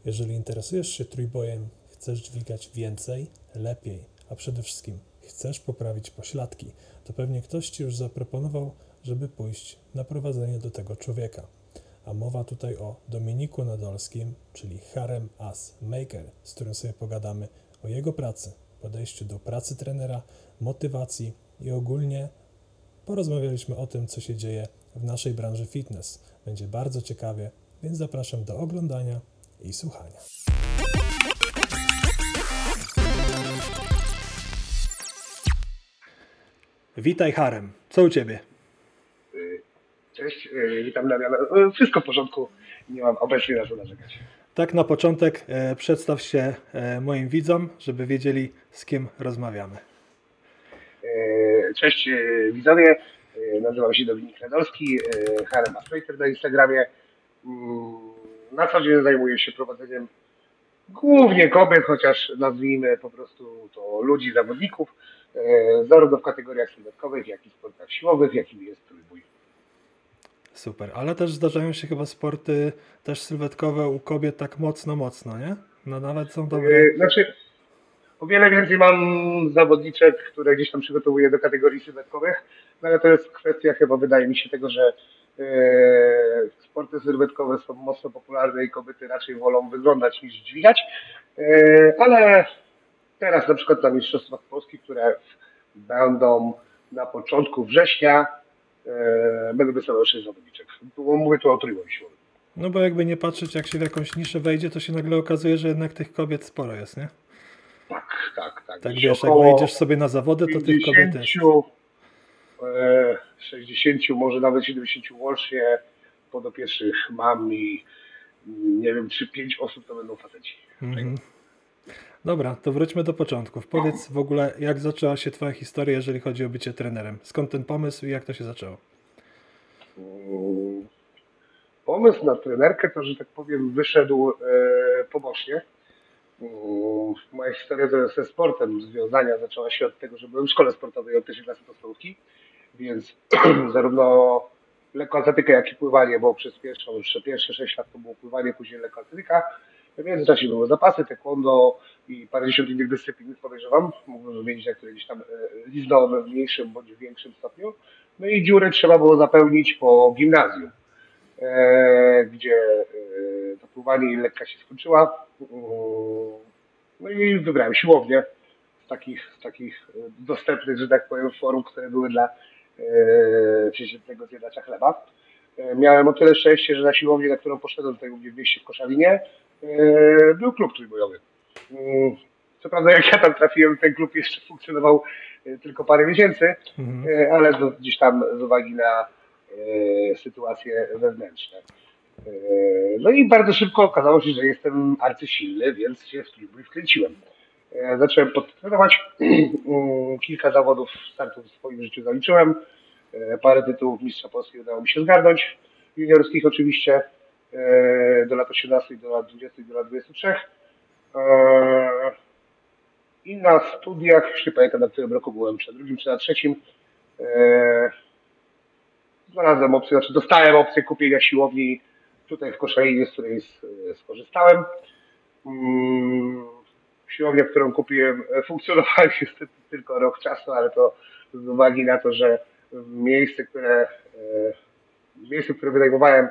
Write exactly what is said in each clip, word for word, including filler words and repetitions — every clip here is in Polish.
Jeżeli interesujesz się trójbojem, chcesz dźwigać więcej, lepiej, a przede wszystkim chcesz poprawić pośladki, to pewnie ktoś Ci już zaproponował, żeby pójść na prowadzenie do tego człowieka. A mowa tutaj o Dominiku Nadolskim, czyli Harem As Maker, z którym sobie pogadamy o jego pracy, podejściu do pracy trenera, motywacji i ogólnie porozmawialiśmy o tym, co się dzieje w naszej branży fitness. Będzie bardzo ciekawie, więc zapraszam do oglądania i słuchania. Witaj Harem, co u Ciebie? Cześć, witam Damian. Wszystko w porządku, nie mam obecnie na co narzekać. Tak na początek e, przedstaw się e, moim widzom, żeby wiedzieli, z kim rozmawiamy. Cześć widzowie, nazywam się Dominik Nadolski, Harem As Maker na Instagramie. Na co dzień zajmuję się prowadzeniem głównie kobiet, chociaż nazwijmy po prostu to ludzi, zawodników, zarówno w kategoriach sylwetkowych, jak i sportach siłowych, jakim jest trójbój. Super, ale też zdarzają się chyba sporty też sylwetkowe u kobiet tak mocno, mocno, nie? No nawet są dobre. Znaczy, o wiele więcej mam zawodniczek, które gdzieś tam przygotowuję do kategorii sylwetkowych, no ale to jest kwestia chyba, wydaje mi się, tego, że e, sporty sylwetkowe są mocno popularne i kobiety raczej wolą wyglądać niż dźwigać, e, ale teraz na przykład na Mistrzostwach Polski, które będą na początku września, e, będę wystawiał sześć zawodniczek. Mówię tu o trójboju siłowym. No bo jakby nie patrzeć, jak się w jakąś niszę wejdzie, to się nagle okazuje, że jednak tych kobiet sporo jest, nie? Tak, tak, tak. Tak wiesz, jak wejdziesz sobie na zawody, to tych kobiet jest. sześćdziesiąt, może nawet siedemdziesiąt łącznie podopiecznych mam i nie wiem, czy pięć osób to będą faceci. Mhm. Dobra, to wróćmy do początków. Powiedz w ogóle, jak zaczęła się Twoja historia, jeżeli chodzi o bycie trenerem? Skąd ten pomysł i jak to się zaczęło? Pomysł na trenerkę to, że tak powiem, wyszedł pobocznie. Moja historia ze sportem związania zaczęła się od tego, że byłem w szkole sportowej od pierwszej klasy podstawówki, więc zarówno lekkoatletykę, jak i pływanie, bo przez pierwsze, jeszcze pierwsze sześć lat to było pływanie, później lekkoatletyka. W międzyczasie były zapasy, taekwondo i parędziesiąt innych dyscyplin, podejrzewam. Mógłbym wymienić, na które gdzieś tam liznąłem w mniejszym bądź większym stopniu. No i dziurę trzeba było zapełnić po gimnazjum, gdzie to pływanie i lekka się skończyła. No i wybrałem siłownię z takich, z takich dostępnych, że tak powiem, forum, które były dla przeciętnego zjadacza chleba. Miałem o tyle szczęście, że na siłownię, na którą poszedłem tutaj u mnie w mieście w Koszalinie, był klub trójbojowy. Co prawda jak ja tam trafiłem, ten klub jeszcze funkcjonował tylko parę miesięcy, mhm. ale gdzieś tam z uwagi na sytuacje wewnętrzne. No i bardzo szybko okazało się, że jestem arcysilny, więc się w trójbój wkręciłem. Zacząłem podtrenować, kilka zawodów, startów w swoim życiu zaliczyłem, parę tytułów mistrza Polski udało mi się zgarnąć, juniorskich oczywiście, do lat osiemnastych, do lat dwudziestych, do lat dwudziestu trzech. I na studiach, już nie pamiętam na którym roku byłem, przed drugim czy na trzecim, znalazłem opcję, znaczy dostałem opcję kupienia siłowni tutaj w Koszalinie, z której skorzystałem. Siłownia, którą kupiłem, funkcjonowała niestety tylko rok czasu, ale to z uwagi na to, że miejsce, które miejsce, które wynajmowałem,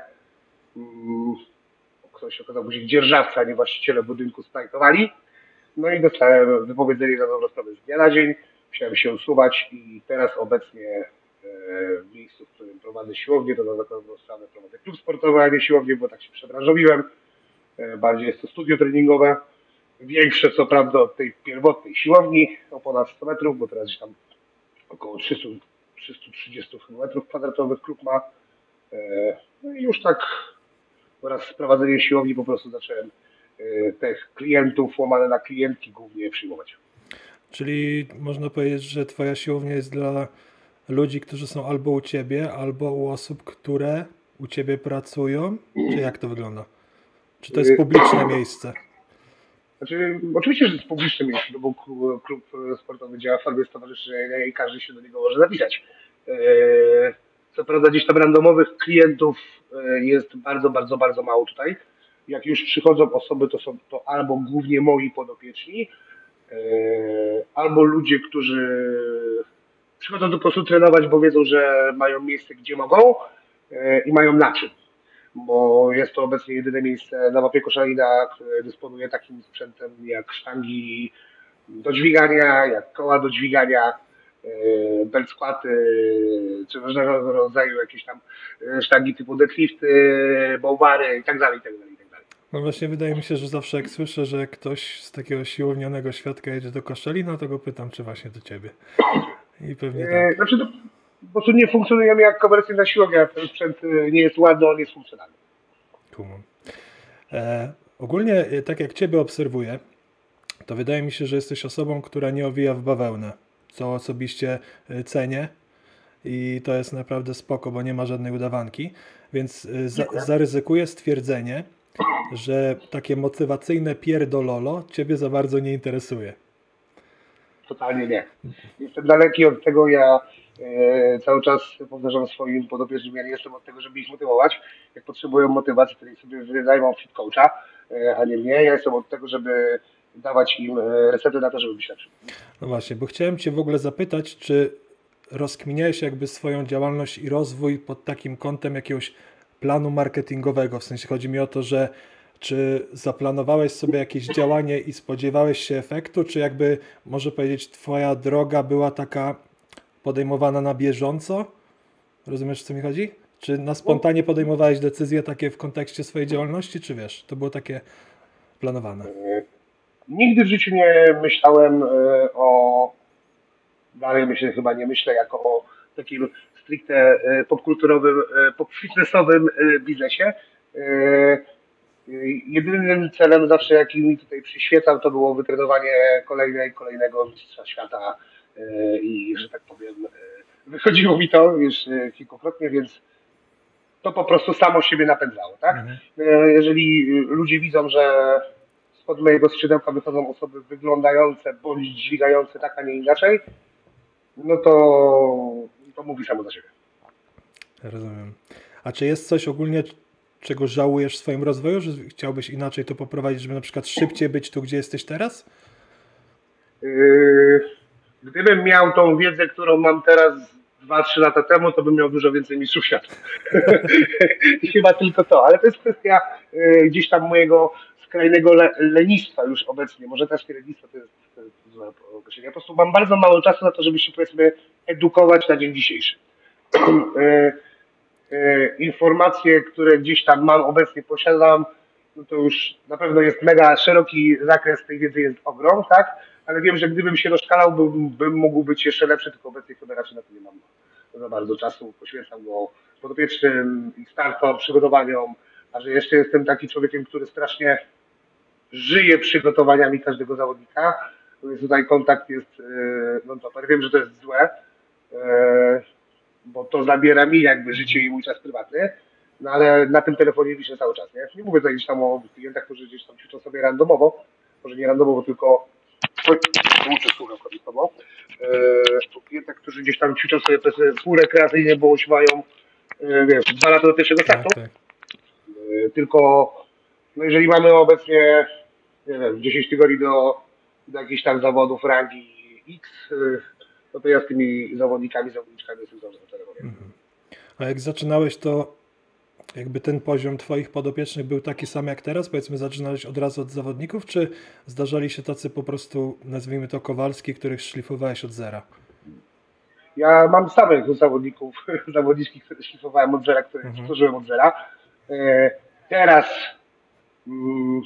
ktoś okazał się dzierżawca, a nie właściciele budynku, spraktowali. No i dostałem wypowiedzenie na dobrą sprawę z dnia na dzień. Musiałem się usuwać i teraz obecnie w miejscu, w którym prowadzę siłownię, to na dobrą sprawę prowadzę klub sportowy, a nie siłownię, bo tak się przebranżowiłem. Bardziej jest to studio treningowe. Większe co prawda od tej pierwotnej siłowni, o ponad sto metrów, bo teraz tam około trzysta trzydzieści metrów kwadratowych klub ma. No i już tak wraz z prowadzeniem siłowni po prostu zacząłem tych klientów łamane na klientki głównie przyjmować. Czyli można powiedzieć, że Twoja siłownia jest dla ludzi, którzy są albo u Ciebie, albo u osób, które u Ciebie pracują? Czy jak to wygląda? Czy to jest publiczne miejsce? Znaczy, oczywiście, że jest publiczne miejsce, no bo klub sportowy działa w formie stowarzyszenia i każdy się do niego może zapisać. Co prawda gdzieś tam randomowych klientów jest bardzo, bardzo, bardzo mało tutaj. jak już przychodzą osoby, to są to albo głównie moi podopieczni, e, albo ludzie, którzy przychodzą tu po prostu trenować, bo wiedzą, że mają miejsce, gdzie mogą e, i mają na czym. Bo jest to obecnie jedyne miejsce na mapie Koszalina, które dysponuje takim sprzętem jak sztangi do dźwigania, jak koła do dźwigania, e, belt squaty, czy różnego rodzaju jakieś tam e, sztangi typu deadlifty, bowary i tak dalej, i tak dalej, i tak dalej. No właśnie wydaje mi się, że zawsze jak słyszę, że ktoś z takiego siłownionego świadka jedzie do Koszalina, to go pytam, czy właśnie do ciebie. I pewnie E, tak. Znaczy to po prostu nie funkcjonujemy jak komercyjna siłownia, ten sprzęt e, nie jest ładny, on jest funkcjonalny. Kumam. E, ogólnie, e, tak jak ciebie obserwuję, to wydaje mi się, że jesteś osobą, która nie owija w bawełnę, co osobiście e, cenię i to jest naprawdę spoko, bo nie ma żadnej udawanki, więc e, za, Dziękuję. zaryzykuję stwierdzenie, że takie motywacyjne pierdololo ciebie za bardzo nie interesuje. Totalnie nie. Jestem daleki od tego, ja e, cały czas powtarzam swoim podopiecznym, ja nie jestem od tego, żeby ich motywować. Jak potrzebują motywacji, to niech sobie wynajmą fit coacha, e, a nie mnie. Ja jestem od tego, żeby dawać im e, recepty na to, żeby być lepszym. No właśnie, bo chciałem cię w ogóle zapytać, czy rozkminiałeś jakby swoją działalność i rozwój pod takim kątem jakiegoś planu marketingowego? W sensie chodzi mi o to, że czy zaplanowałeś sobie jakieś działanie i spodziewałeś się efektu, czy jakby, może powiedzieć, twoja droga była taka podejmowana na bieżąco? Rozumiesz, o co mi chodzi? Czy na spontanie podejmowałeś decyzje takie w kontekście swojej działalności, czy wiesz, to było takie planowane? Nigdy w życiu nie myślałem e, o, dalej myślę, chyba nie myślę jako o takim stricte e, popkulturowym, e, popfitnessowym e, biznesie. E, Jedynym celem zawsze, jaki mi tutaj przyświecał, to było wytrenowanie kolejnej, kolejnego mistrza świata e, i, że tak powiem, e, wychodziło mi to już e, kilkukrotnie, więc to po prostu samo siebie napędzało, tak? Mhm. E, Jeżeli ludzie widzą, że spod mojego skrzydełka wychodzą osoby wyglądające bądź dźwigające tak, a nie inaczej, no to to mówi samo za siebie. Rozumiem. A czy jest coś ogólnie, czego żałujesz w swoim rozwoju, że chciałbyś inaczej to poprowadzić, żeby na przykład szybciej być tu, gdzie jesteś teraz? Yy, Gdybym miał tą wiedzę, którą mam teraz dwa trzy lata temu, to bym miał dużo więcej mistrzów świata. I chyba tylko to, ale to jest kwestia yy, gdzieś tam mojego skrajnego le lenistwa już obecnie. Może też lenistwo to jest, to jest złe określenie. Ja po prostu mam bardzo mało czasu na to, żeby się, powiedzmy, edukować na dzień dzisiejszy. Yy, yy, Informacje, które gdzieś tam mam, obecnie posiadam, no to już na pewno jest mega szeroki zakres tej wiedzy, jest ogrom, tak? Ale wiem, że gdybym się rozszkalał, bym, bym mógł być jeszcze lepszy, tylko obecnie chyba raczej na to nie mam za bardzo czasu. Poświęcam go podopiecznym i startom, przygotowaniom, a że jeszcze jestem takim człowiekiem, który strasznie żyje przygotowaniami każdego zawodnika, więc tutaj kontakt jest yy, non-stop. Wiem, że to jest złe, yy, bo to zabiera mi jakby życie i mój czas prywatny, no ale na tym telefonie wiszę cały czas, nie? Nie mówię tutaj gdzieś tam o klientach, którzy gdzieś tam ćwiczą sobie randomowo, może nie randomowo, tylko muszę słuchać słowo. O klientach, którzy gdzieś tam ćwiczą sobie półrekreacyjnie, bo już mają e, wiesz, dwa lata do pierwszego startu. Tak, tak. E, Tylko no jeżeli mamy obecnie nie wiem, dziesięć tygodni do, do jakichś tam zawodów rangi X, e, no to ja z tymi zawodnikami, zawodniczkami jestem dobrze na telefonie. A jak zaczynałeś, to jakby ten poziom twoich podopiecznych był taki sam jak teraz? Powiedzmy, zaczynałeś od razu od zawodników, czy zdarzali się tacy po prostu, nazwijmy to Kowalski, których szlifowałeś od zera? Ja mam samych zawodników, zawodniczki, które szlifowałem od zera, które Mhm. tworzyłem od zera. E, Teraz mm,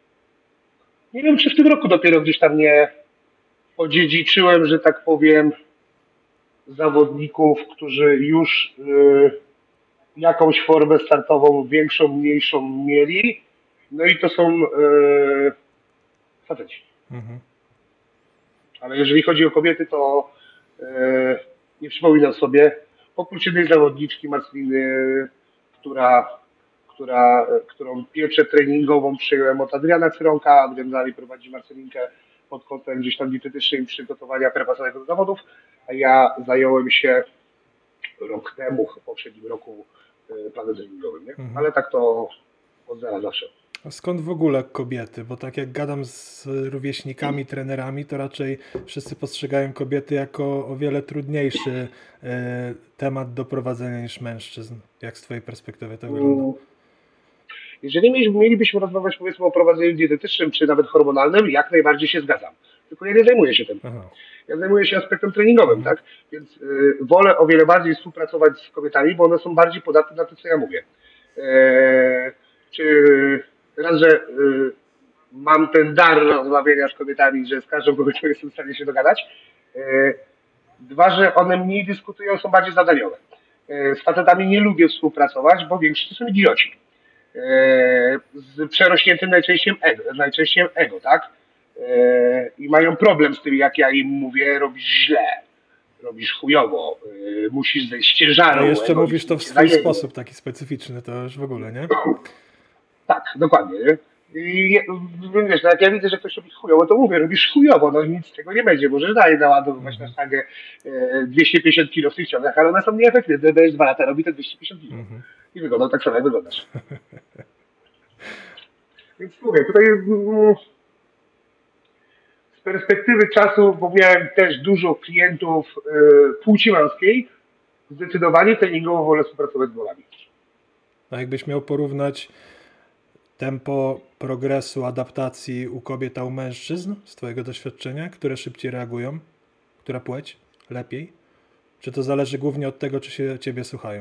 nie wiem, czy w tym roku dopiero gdzieś tam nie odziedziczyłem, że tak powiem, zawodników, którzy już y, jakąś formę startową, większą, mniejszą mieli. No i to są y, faceci. Mhm. Ale jeżeli chodzi o kobiety, to y, nie przypominam sobie. Oprócz jednej zawodniczki, Marceliny, która, która, którą pieczę treningową przyjąłem od Adriana Cyronka. Adrian dalej prowadzi Marcelinkę pod kątem gdzieś tam dietetycznym przygotowania preparacyjnego do zawodów, a ja zająłem się rok temu, w poprzednim roku, y, planem treningowym, nie? Mhm. Ale tak to od zera zawsze. A skąd w ogóle kobiety? Bo tak jak gadam z rówieśnikami, trenerami, to raczej wszyscy postrzegają kobiety jako o wiele trudniejszy e, temat do prowadzenia niż mężczyzn. Jak z twojej perspektywy to wygląda? Mm, Jeżeli mieli- mielibyśmy rozmawiać powiedzmy o prowadzeniu dietetycznym czy nawet hormonalnym, jak najbardziej się zgadzam. Tylko ja nie zajmuję się tym. Aha. Ja zajmuję się aspektem treningowym, tak? Więc y, wolę o wiele bardziej współpracować z kobietami, bo one są bardziej podatne na to, co ja mówię. E, czy raz, że y, mam ten dar rozmawiania z kobietami, że z każdą kobietą jestem w stanie się dogadać. E, Dwa, że one mniej dyskutują, są bardziej zadaniowe. E, Z facetami nie lubię współpracować, bo większość to są idioci. E, Z przerośniętym najczęściej ego, najczęściej ego, tak? E, I mają problem z tym, jak ja im mówię, robisz źle, robisz chujowo, e, musisz zejść z ciężaru. A jeszcze ego, mówisz to w cię swój zajęło. sposób taki specyficzny, to już w ogóle, nie? Tak, dokładnie. Nie? I je- wiesz, no jak ja widzę, że ktoś robi chujowo, to mówię, robisz chujowo, no nic z tego nie będzie. Możesz dalej naładowywać na sztangę e, dwieście pięćdziesiąt kilo w tych ciągach, ale one są nieefektywne. Będziesz dwa lata robi te dwieście pięćdziesiąt kilo. Mhm. I wygląda tak samo, jak wyglądasz. Więc mówię, tutaj mm, z perspektywy czasu, bo miałem też dużo klientów e, płci męskiej, zdecydowanie treningowo wolę współpracować z bolami. A jakbyś miał porównać tempo progresu, adaptacji u kobiet a u mężczyzn z twojego doświadczenia, które szybciej reagują, która płeć lepiej? Czy to zależy głównie od tego, czy się ciebie słuchają?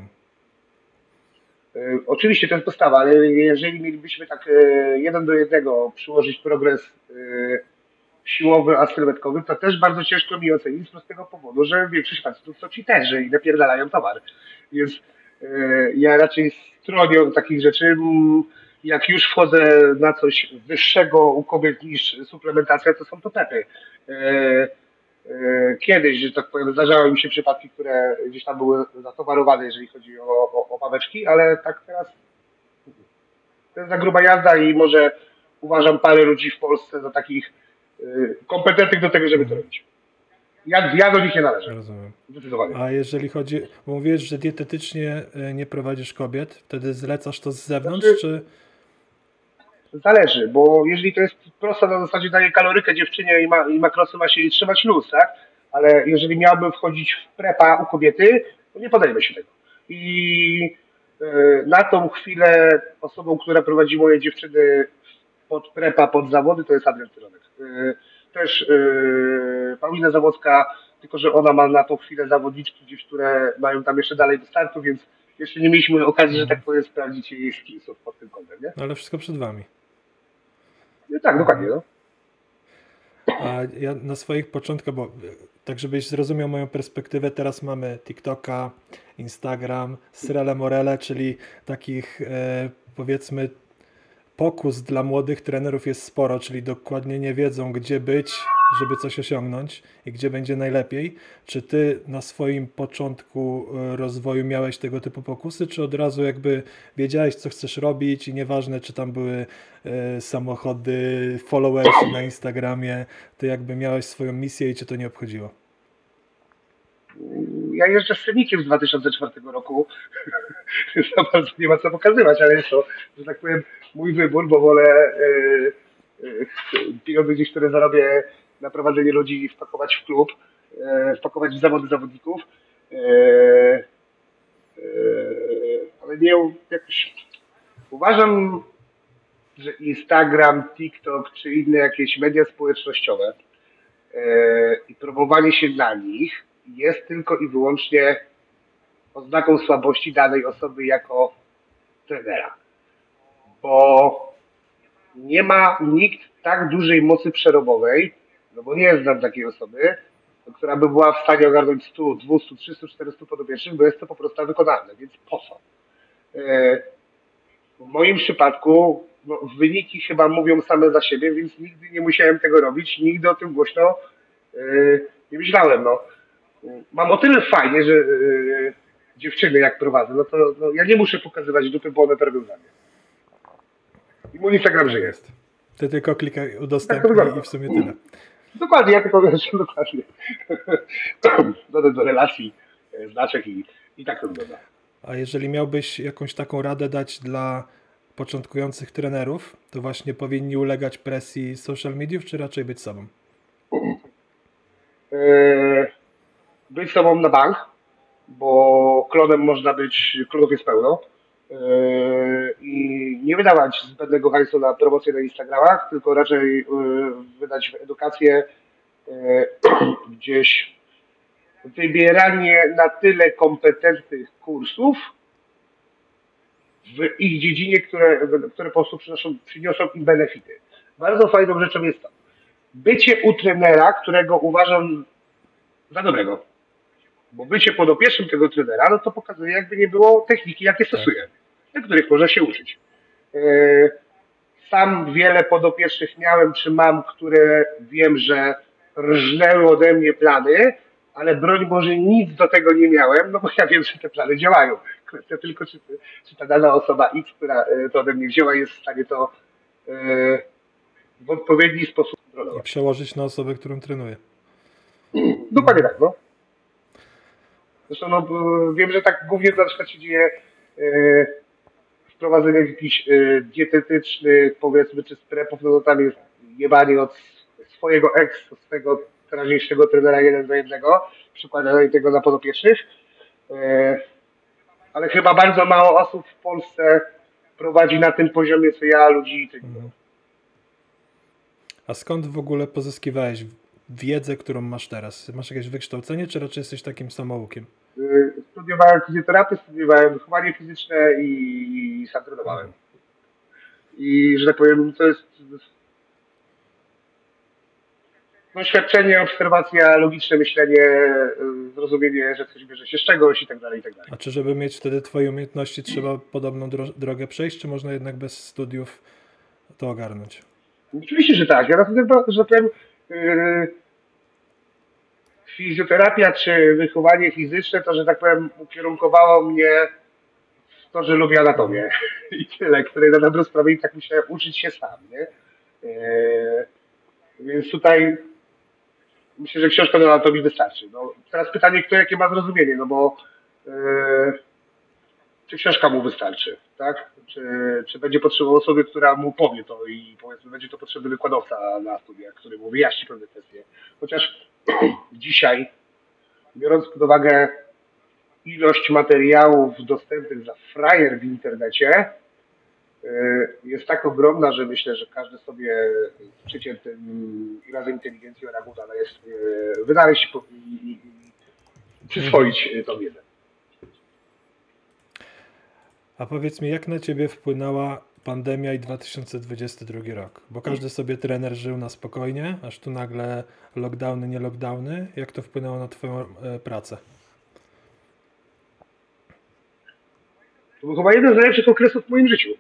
E, Oczywiście to jest podstawa, ale jeżeli mielibyśmy tak e, jeden do jednego przyłożyć progres e, siłowy, a sylwetkowy, to też bardzo ciężko mi ocenić z prostego powodu, że większość facetów to cheaterzy i napierdalają towar. Więc e, ja raczej stronię od takich rzeczy. Mm, Jak już wchodzę na coś wyższego u kobiet niż suplementacja, to są to tepy. E, e, Kiedyś, że tak powiem, zdarzały mi się przypadki, które gdzieś tam były zatowarowane, jeżeli chodzi o, o, o paweczki, ale tak teraz to jest za gruba jazda i może uważam parę ludzi w Polsce za takich y, kompetentnych do tego, żeby to robić. Ja, ja do nich nie należę. Rozumiem. Zdecydowanie. A jeżeli chodzi, bo mówisz, że dietetycznie y, nie prowadzisz kobiet, wtedy zlecasz to z zewnątrz, Znaczy- czy... Zależy, bo jeżeli to jest prosto na zasadzie daje kalorykę dziewczynie i, ma, i makrosy ma się trzymać luz, tak? Ale jeżeli miałbym wchodzić w prepa u kobiety, to nie podejmę się tego. I y, na tą chwilę osobą, która prowadzi moje dziewczyny pod prepa, pod zawody, to jest Adrian Tyronek. Y, też y, Paulina Zawocka, tylko że ona ma na tą chwilę zawodniczki gdzieś, które mają tam jeszcze dalej do startu, więc jeszcze nie mieliśmy okazji, że tak powiem, sprawdzić jej skillsów pod tym kątem, nie? No ale wszystko przed wami. No tak, dokładnie, no. A ja na swoich początkach, bo tak żebyś zrozumiał moją perspektywę, teraz mamy TikToka, Instagram, Srele Morele, czyli takich e, powiedzmy pokus dla młodych trenerów jest sporo, czyli dokładnie nie wiedzą, gdzie być, żeby coś osiągnąć i gdzie będzie najlepiej. Czy ty na swoim początku e, rozwoju miałeś tego typu pokusy, czy od razu jakby wiedziałeś, co chcesz robić i nieważne, czy tam były e, samochody, followersi na Instagramie, ty jakby miałeś swoją misję i cię to nie obchodziło? Ja jeżdżę z Scenikiem z dwa tysiące czwartego roku, więc za bardzo nie ma co pokazywać, ale jest to, że tak powiem, mój wybór, bo wolę yy, yy, pieniądze gdzieś, które zarobię na prowadzenie ludzi, wpakować w klub, yy, wpakować w zawody zawodników, yy, yy, ale nie jakoś... Uważam, że Instagram, TikTok czy inne jakieś media społecznościowe yy, i promowanie się na nich jest tylko i wyłącznie oznaką słabości danej osoby jako trenera. Bo nie ma nikt tak dużej mocy przerobowej, no bo nie znam takiej osoby, która by była w stanie ogarnąć sto, dwieście, trzysta, czterysta podopiecznych, bo jest to po prostu wykonalne, więc po co? E, W moim przypadku no, wyniki chyba mówią same za siebie, więc nigdy nie musiałem tego robić, nigdy o tym głośno e, nie myślałem. No. Mam o tyle fajnie, że yy, dziewczyny jak prowadzę, no to no, ja nie muszę pokazywać dupy, bo one to robią dla mnie. I mój Instagram żyje. Jest. Ty tylko klikaj, Tak udostępnij to wygląda. i w sumie tyle. Dokładnie, ja tylko wiesz, dokładnie. Dodać do relacji e, znaczek i, i tak to wygląda. A jeżeli miałbyś jakąś taką radę dać dla początkujących trenerów, to właśnie powinni ulegać presji social mediów, czy raczej być sobą? Yy, być sobą na bank, bo klonem można być, klonów jest pełno. Yy, I nie wydawać zbędnego hajsu na promocję na Instagramach, tylko raczej yy, wydać w edukację, yy, gdzieś wybieranie na tyle kompetentnych kursów w ich dziedzinie, które, które po prostu przynoszą, przyniosą im benefity. Bardzo fajną rzeczą jest to. Bycie u trenera, którego uważam za dobrego. Bo bycie podopiecznym tego trenera, no to pokazuje jakby nie było techniki, jakie stosuje, na których można się uczyć. Yy, Sam wiele podopiecznych miałem, czy mam, które wiem, że rżnęły ode mnie plany, ale broń Boże nic do tego nie miałem, no bo ja wiem, że te plany działają. Kwestia tylko, czy, czy ta dana osoba X, która y, to ode mnie wzięła, jest w stanie to y, w odpowiedni sposób I kontrolować. przełożyć na osobę, którą trenuje. Dokładnie tak, no. Zresztą no, b- wiem, że tak głównie na przykład się dzieje y, wprowadzenie jakichś y, dietetycznych, powiedzmy, czy sprepów, no to tam jest jebanie od swojego ex, od swojego teraźniejszego trenera jeden do jednego, przykładanie tego na podopiecznych. Y, ale chyba bardzo mało osób w Polsce prowadzi na tym poziomie, co ja, ludzi. Mhm. A skąd w ogóle pozyskiwałeś wiedzę, którą masz teraz? Masz jakieś wykształcenie, czy raczej jesteś takim samoukiem? Y, Studiowałem fizjoterapię, studiowałem wychowanie fizyczne i, i sam trenowałem. I że tak powiem, to jest doświadczenie, obserwacja, logiczne myślenie, y, zrozumienie, że coś bierze się z czegoś i tak dalej, i tak dalej. A czy żeby mieć wtedy twoje umiejętności, trzeba podobną dro- drogę przejść, czy można jednak bez studiów to ogarnąć? Oczywiście, że tak. Ja na tym, że tak powiem, yy, fizjoterapia czy wychowanie fizyczne, to, że tak powiem, ukierunkowało mnie w to, że lubię anatomię i tyle, której na dobrą sprawę i tak musiałem uczyć się sam, nie? Yy, więc tutaj myślę, że książka do anatomii wystarczy. No, teraz pytanie, kto jakie ma zrozumienie, no bo yy, czy książka mu wystarczy, tak? Czy, czy będzie potrzebował osoby, która mu powie to i powiedzmy będzie to potrzebny wykładowca na studiach, który mu wyjaśni pewne kwestie. Chociaż dzisiaj, biorąc pod uwagę ilość materiałów dostępnych za frajer w internecie, y, jest tak ogromna, że myślę, że każdy sobie z przeciętnym i razem inteligencją Raguda jest y, wynaleźć i, i, i przyswoić y, tą wiedzę. A powiedz mi, jak na ciebie wpłynęła pandemia i dwa tysiące dwudziesty drugi rok? Bo każdy sobie trener żył na spokojnie, aż tu nagle lockdowny, nie lockdowny. Jak to wpłynęło na twoją e, pracę? To był chyba jeden z najlepszych okresów w moim życiu.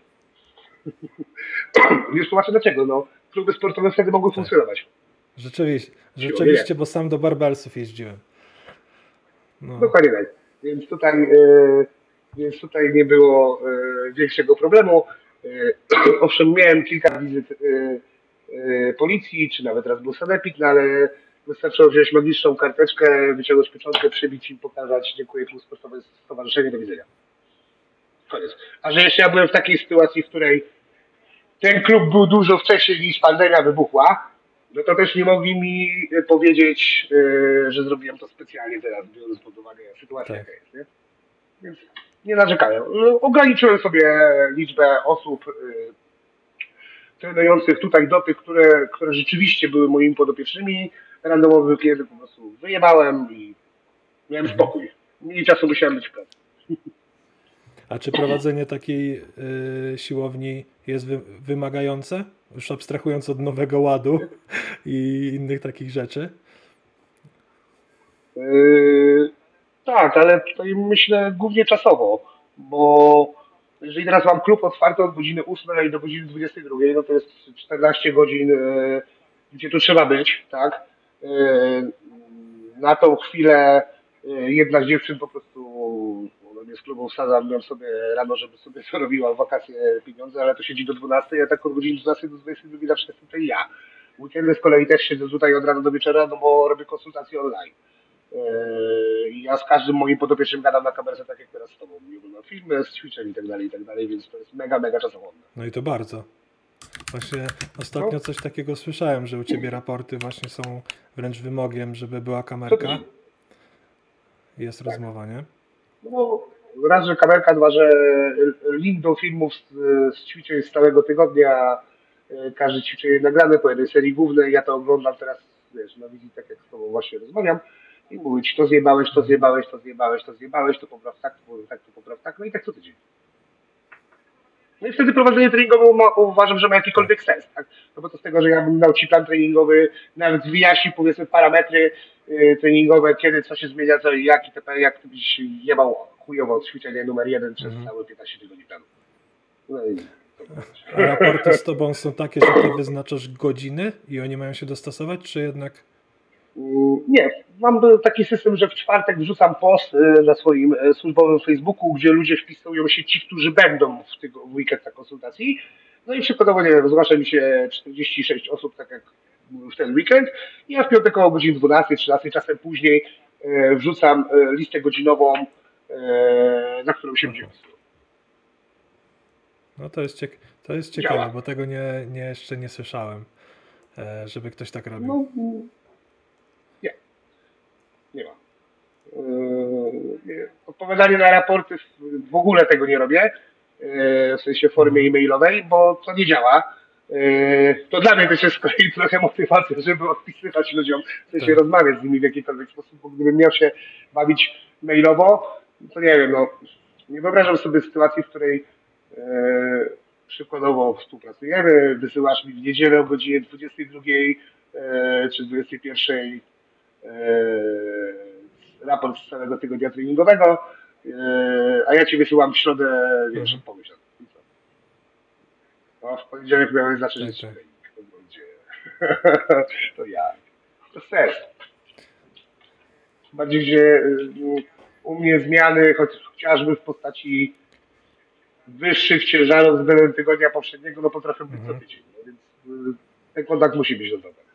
Już tłumaczę dlaczego. No, kluby sportowe wtedy mogły funkcjonować. Rzeczywiście, Siłą, rzeczywiście, nie. bo sam do barbelsów jeździłem. No. Dokładnie tak. Więc tutaj, e, więc tutaj nie było e, większego problemu. E, owszem, miałem kilka wizyt e, e, policji, czy nawet raz był sanepid, no ale wystarczyło wziąć magiczną karteczkę, wyciągnąć pieczątkę, przybić i pokazać dziękuję Klub Sportowe Stowarzyszenie, do widzenia. Koniec. A że jeszcze ja byłem w takiej sytuacji, w której ten klub był dużo wcześniej niż pandemia wybuchła, no to też nie mogli mi powiedzieć, yy, że zrobiłem to specjalnie teraz, biorąc pod uwagę sytuację, Tak. jaka jest, nie? Więc nie narzekałem. No, ograniczyłem sobie liczbę osób yy, trenujących tutaj do tych, które, które rzeczywiście były moimi podopiecznymi. Randomowych klientów po prostu wyjebałem i miałem spokój. Mniej czasu musiałem być w pracy. A czy prowadzenie takiej y, siłowni jest wy, wymagające? Już abstrahując od Nowego Ładu i innych takich rzeczy. Yy, tak, ale tutaj myślę głównie czasowo, bo jeżeli teraz mam klub otwarty od godziny ósmej do godziny dwudziestej drugiej, no to jest czternaście godzin, yy, gdzie tu trzeba być, tak? Yy, na tą chwilę yy, jedna z dziewczyn po prostu ona mnie z klubu wsadza, miałem sobie rano, żeby sobie zarobiła w wakacje pieniądze, ale to siedzi do dwunastej, a tak od godziny dwunastej do dwudziestej drugiej zawsze jestem tutaj ja. W weekendy z kolei też siedzę tutaj od rana do wieczora, no bo robię konsultacje online. Yy, Ja z każdym moim podopiecznym gadam na kamerze, tak jak teraz z tobą. I oglądam filmy z ćwiczeń i tak dalej, i tak dalej, więc to jest mega, mega czasochłonne. No i to bardzo. Właśnie ostatnio No, coś takiego słyszałem, że u ciebie raporty właśnie są wręcz wymogiem, żeby była co kamerka. tydzień. Jest rozmowa, nie? No, raz, że kamerka, dwa, że link do filmów z, z ćwiczeń z całego tygodnia, yy, każde ćwiczenie nagrane po jednej serii głównej, ja to oglądam teraz, wiesz, na wizji, tak jak z tobą właśnie rozmawiam i mówić, to zjebałeś, to zjebałeś, to zjebałeś, to zjebałeś, to popraw tak, to popraw tak, to popraw tak, no i tak co tydzień. No i wtedy prowadzenie treningowe ma, uważam, że ma jakikolwiek sens, tak? No bo to z tego, że ja bym dał ci plan treningowy, nawet wyjaśnił powiedzmy parametry y, treningowe, kiedy co się zmienia, co i jak, i itp., jak ty byś jebał chujowo ćwiczenie numer jeden przez Mhm. całe piętnaście tygodni planu. No i A raporty z tobą są takie, że ty wyznaczasz godziny i oni mają się dostosować, czy jednak... Mm, Nie, mam taki system, że w czwartek wrzucam post y, na swoim y, służbowym Facebooku, gdzie ludzie wpisują się ci, którzy będą w, tygo, w weekend na konsultacji. No i przykładowo, nie wiem, zgłasza mi się czterdzieści sześć osób, tak jak w ten weekend. I ja w piątek około godziny dwunastej, trzynastej, czasem później y, wrzucam y, listę godzinową, y, na którą się ludzie wpisują. No to jest, ciek- to jest ciekawe, Działa. bo tego nie, nie jeszcze nie słyszałem, e, żeby ktoś tak robił. No, mm, nie, nie ma. Yy, Odpowiadanie na raporty w- w ogóle tego nie robię, yy, w sensie w formie e-mailowej, bo to nie działa. Yy, To dla mnie też jest z kolei trochę motywacja, żeby odpisywać ludziom, w sensie Tak. rozmawiać z nimi w jakikolwiek sposób, bo gdybym miał się bawić mailowo, to nie wiem, no nie wyobrażam sobie sytuacji, w której yy, przykładowo współpracujemy, wysyłasz mi w niedzielę o godzinie dwudziestej drugiej yy, czy dwudziestej pierwszej yy, raport z całego tygodnia treningowego, yy, a ja ci wysyłam w środę, wiesz, Mhm. pomyśl. I co? No, w poniedziałek miałem zacząć Tak, tak, tak. trening. To będzie... to ja. To sens. Bardziej, że yy, u mnie zmiany, choć, chociażby w postaci wyższych ciężarów względem tygodnia poprzedniego, no potrafią być Mhm. co tydzień. No, więc yy, ten kontakt musi być do tego.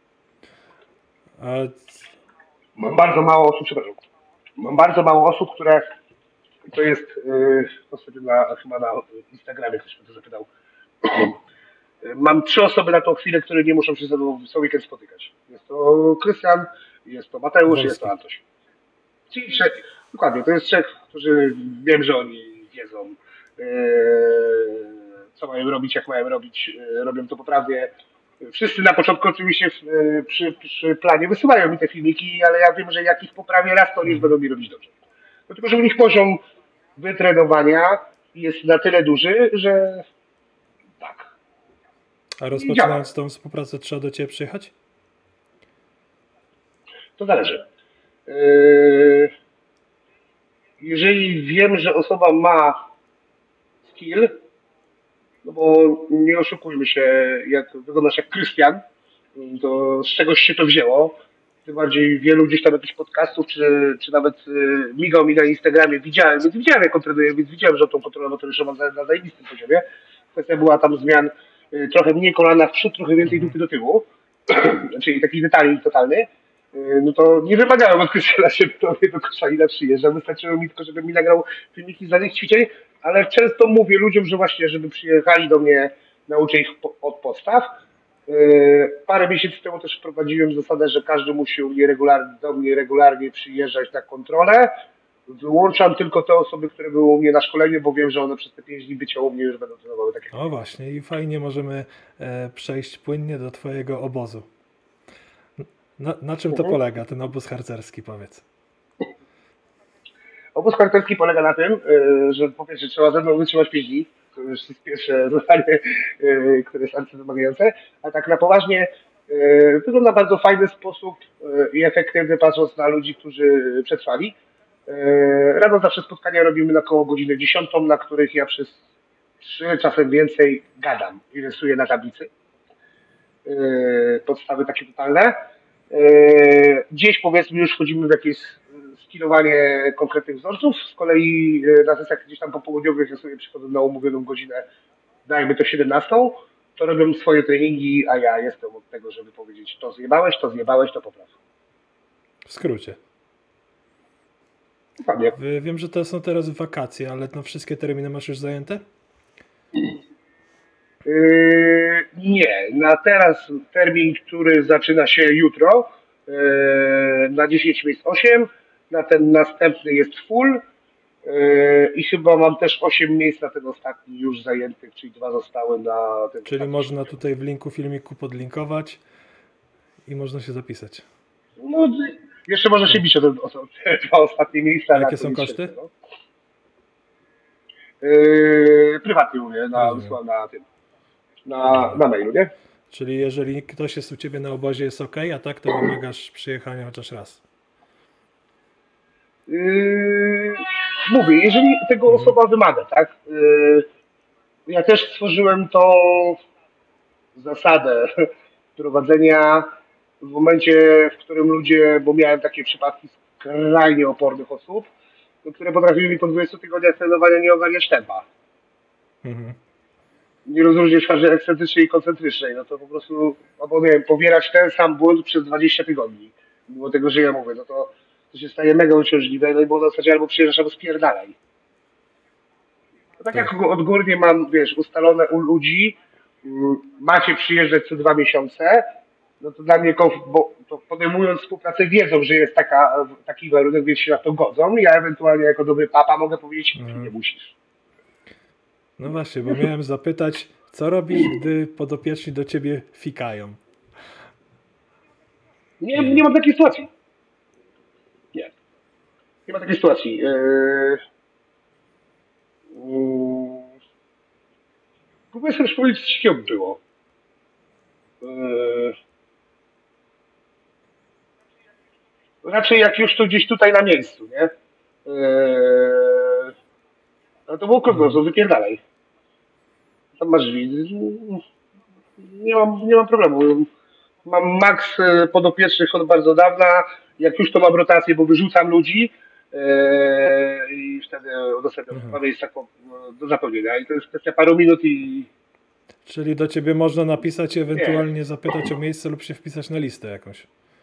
A Mam bardzo mało osób, przepraszam, mam bardzo mało osób, które to jest, yy, to sobie na, chyba na Instagramie ktoś mnie to zapytał. Yy, Mam trzy osoby na tą chwilę, które nie muszą się ze mną co weekend spotykać. Jest to Krystian, jest to Mateusz, Wolski. jest to Antoś. Czyli trzech, dokładnie, to jest trzech, którzy wiem, że oni wiedzą, yy, co mają robić, jak mają robić, yy, robią to poprawnie. Wszyscy na początku oczywiście yy, przy, przy planie wysyłają mi te filmiki, ale ja wiem, że jak ich poprawię raz, to oni już będą mi robić dobrze. Dlatego, że u nich poziom wytrenowania jest na tyle duży, że tak. A rozpoczynając tą współpracę, trzeba do ciebie przyjechać? To zależy. Yy, Jeżeli wiem, że osoba ma skill, no bo nie oszukujmy się, jak wyglądasz jak Krystian, to z czegoś się to wzięło. Tym bardziej wielu gdzieś tam jakichś podcastów, czy, czy nawet y, migał mi na Instagramie, widziałem, więc widziałem jak on trenuje, więc widziałem, że tą kontrolę motoryczną ma na, na zajebistym poziomie. Kwestia była tam zmian, y, trochę mniej kolana w przód, trochę więcej dupy do tyłu, czyli taki detali totalny. Y, No to nie wymagałem od Krystiana, żeby do mnie do Koszalina przyjeżdżał. Wystarczyło mi tylko, żeby mi nagrał filmiki z danych ćwiczeń, ale często mówię ludziom, że właśnie, żeby przyjechali do mnie, nauczę ich po, od podstaw. Yy, Parę miesięcy temu też wprowadziłem zasadę, że każdy musi u mnie regularnie, do mnie regularnie przyjeżdżać na kontrolę. Wyłączam tylko te osoby, które były u mnie na szkoleniu, bo wiem, że one przez te pięć dni bycia u mnie już będą trenowały takie. O właśnie, i fajnie możemy e, przejść płynnie do twojego obozu. Na, na czym to Mhm. polega, ten obóz harcerski, powiedz? Obóz harcerski polega na tym, yy, że po pierwsze trzeba ze mną wytrzymać pięć dni. To już jest pierwsze zadanie, yy, które jest arcywymagające. A tak na poważnie yy, wygląda w bardzo fajny sposób yy, i efektywny, patrząc na ludzi, którzy przetrwali. Yy, Rano zawsze spotkania robimy na około godzinę dziesiątą, na których ja przez trzy, czasem więcej gadam i rysuję na tablicy. Yy, Podstawy takie totalne. Yy, Gdzieś powiedzmy już wchodzimy w jakieś skillowanie konkretnych wzorców. Z kolei yy, na sesjach gdzieś tam popołudniowych ja sobie przychodzę na umówioną godzinę, dajmy to siedemnastą, to robią swoje treningi, a ja jestem od tego, żeby powiedzieć to zjebałeś, to zjebałeś, to popraw. W skrócie. Dokładnie. W- Wiem, że to są teraz wakacje, ale no wszystkie terminy masz już zajęte? Yy, nie, na teraz termin, który zaczyna się jutro, yy, na dziesięć miejsc osiem, na ten następny jest full yy, i chyba mam też osiem miejsc na ten ostatni już zajętych, czyli dwa zostały na ten Czyli ostatni. można tutaj w linku filmiku podlinkować i można się zapisać. No, jeszcze można się bić o te, o te dwa ostatnie miejsca. A ale jakie to są nic koszty? świetnego. Yy, prywatnie mówię, na, Rozumiem. wysłałem na tym, na, na mailu, nie? Czyli jeżeli ktoś jest u Ciebie na obozie, jest ok, a tak to wymagasz przyjechania chociaż raz. Yy, mówię, jeżeli tego osoba wymaga, tak? Yy, ja też stworzyłem tą zasadę prowadzenia w momencie, w którym ludzie, bo miałem takie przypadki skrajnie opornych osób, no, które potrafiły mi po dwudziestu tygodniach trenowania nie ogarniać tempa. Mhm. Nie rozróżnić fazy ekscentrycznej i koncentrycznej, no to po prostu, albo nie wiem, powierać ten sam błąd przez dwadzieścia tygodni, mimo tego, że ja mówię, no to, to się staje mega uciążliwe, no i bo w zasadzie albo przyjeżdżasz, albo spierdalaj. No tak jak odgórnie mam, wiesz, ustalone u ludzi, mm, macie przyjeżdżać co dwa miesiące, no to dla mnie, konf- bo to podejmując współpracę wiedzą, że jest taka, taki warunek, więc się na to godzą. Ja ewentualnie jako dobry papa mogę powiedzieć, Mhm. nie musisz. No właśnie, bo miałem zapytać, co robisz, gdy podopieczni do Ciebie fikają? Nie, nie mam takiej sytuacji. Nie. Nie ma takiej sytuacji. Yy... Yy... Próbuję sobie przypomnieć, co takiego było. Yy... Raczej jak już to gdzieś tutaj na miejscu, nie? Yy... No to było po prostu, wypierdalaj. Tam masz widz. Nie mam, nie mam problemu. Mam maks e, podopiecznych od bardzo dawna. Jak już to mam rotację, bo wyrzucam ludzi e, i wtedy udostępniam Mhm. dwa miejsca po- do zapełnienia. I to jest kwestia paru minut i Czyli do Ciebie można napisać i ewentualnie zapytać o miejsce lub się wpisać na listę jakąś.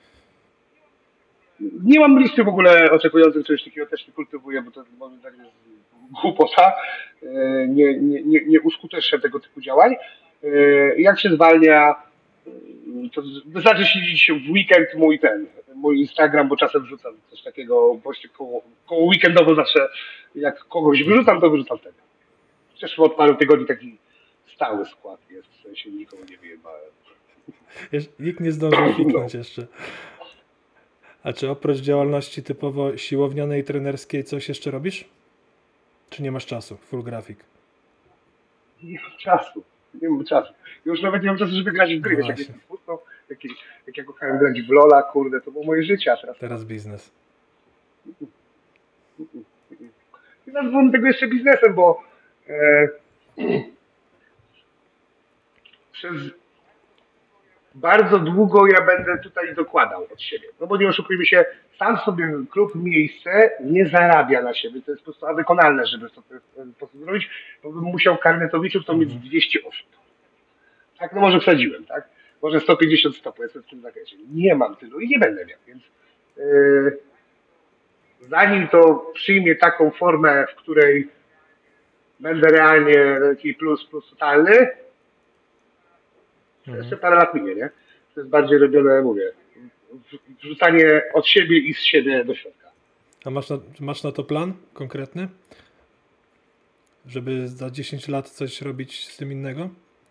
nie mam listy w ogóle oczekujących, czegoś takiego też nie kultywuję, bo to moim zdaniem jest głupota. E, Nie, nie, nie, nie uskutecznia tego typu działań. E, Jak się zwalnia, to wystarczy śledzić w weekend mój ten, mój Instagram, bo czasem wrzucam coś takiego, właśnie koło, koło weekendowo zawsze, jak kogoś wyrzucam, to wyrzucam wtedy. Chociaż od paru tygodni taki stały skład jest, w sensie nikogo nie wyjebałem. Jeż- Nikt nie zdążył fiknąć jeszcze. A czy oprócz działalności typowo siłownionej i trenerskiej coś jeszcze robisz? Czy nie masz czasu? Full grafik. Nie mam czasu, nie mam czasu. Już nawet nie mam czasu, żeby grać w gry. No Wiesz, jak właśnie. jestem smutno, jak, jak ja kochałem grać w Lola, kurde, to było moje życie, a teraz Teraz biznes. nie nazwę tego jeszcze biznesem, bo e, przez bardzo długo ja będę tutaj dokładał od siebie. No bo nie oszukujmy się, sam sobie klub miejsce nie zarabia na siebie. To jest po prostu wykonalne, żeby to w ten sposób zrobić, bo bym musiał karnetowiczów to mieć dwieście osób. Tak, no może wsadziłem, tak? Może sto pięćdziesiąt stopów, jestem w tym zakresie. Nie mam tylu i nie będę miał, więc yy, zanim to przyjmie taką formę, w której będę realnie taki plus, plus totalny, to jeszcze parę lat minie, nie? To jest bardziej robione, mówię, w- wrzucanie od siebie i z siebie do środka. A masz na, masz na to plan konkretny? Żeby za dziesięć lat coś robić z tym innego?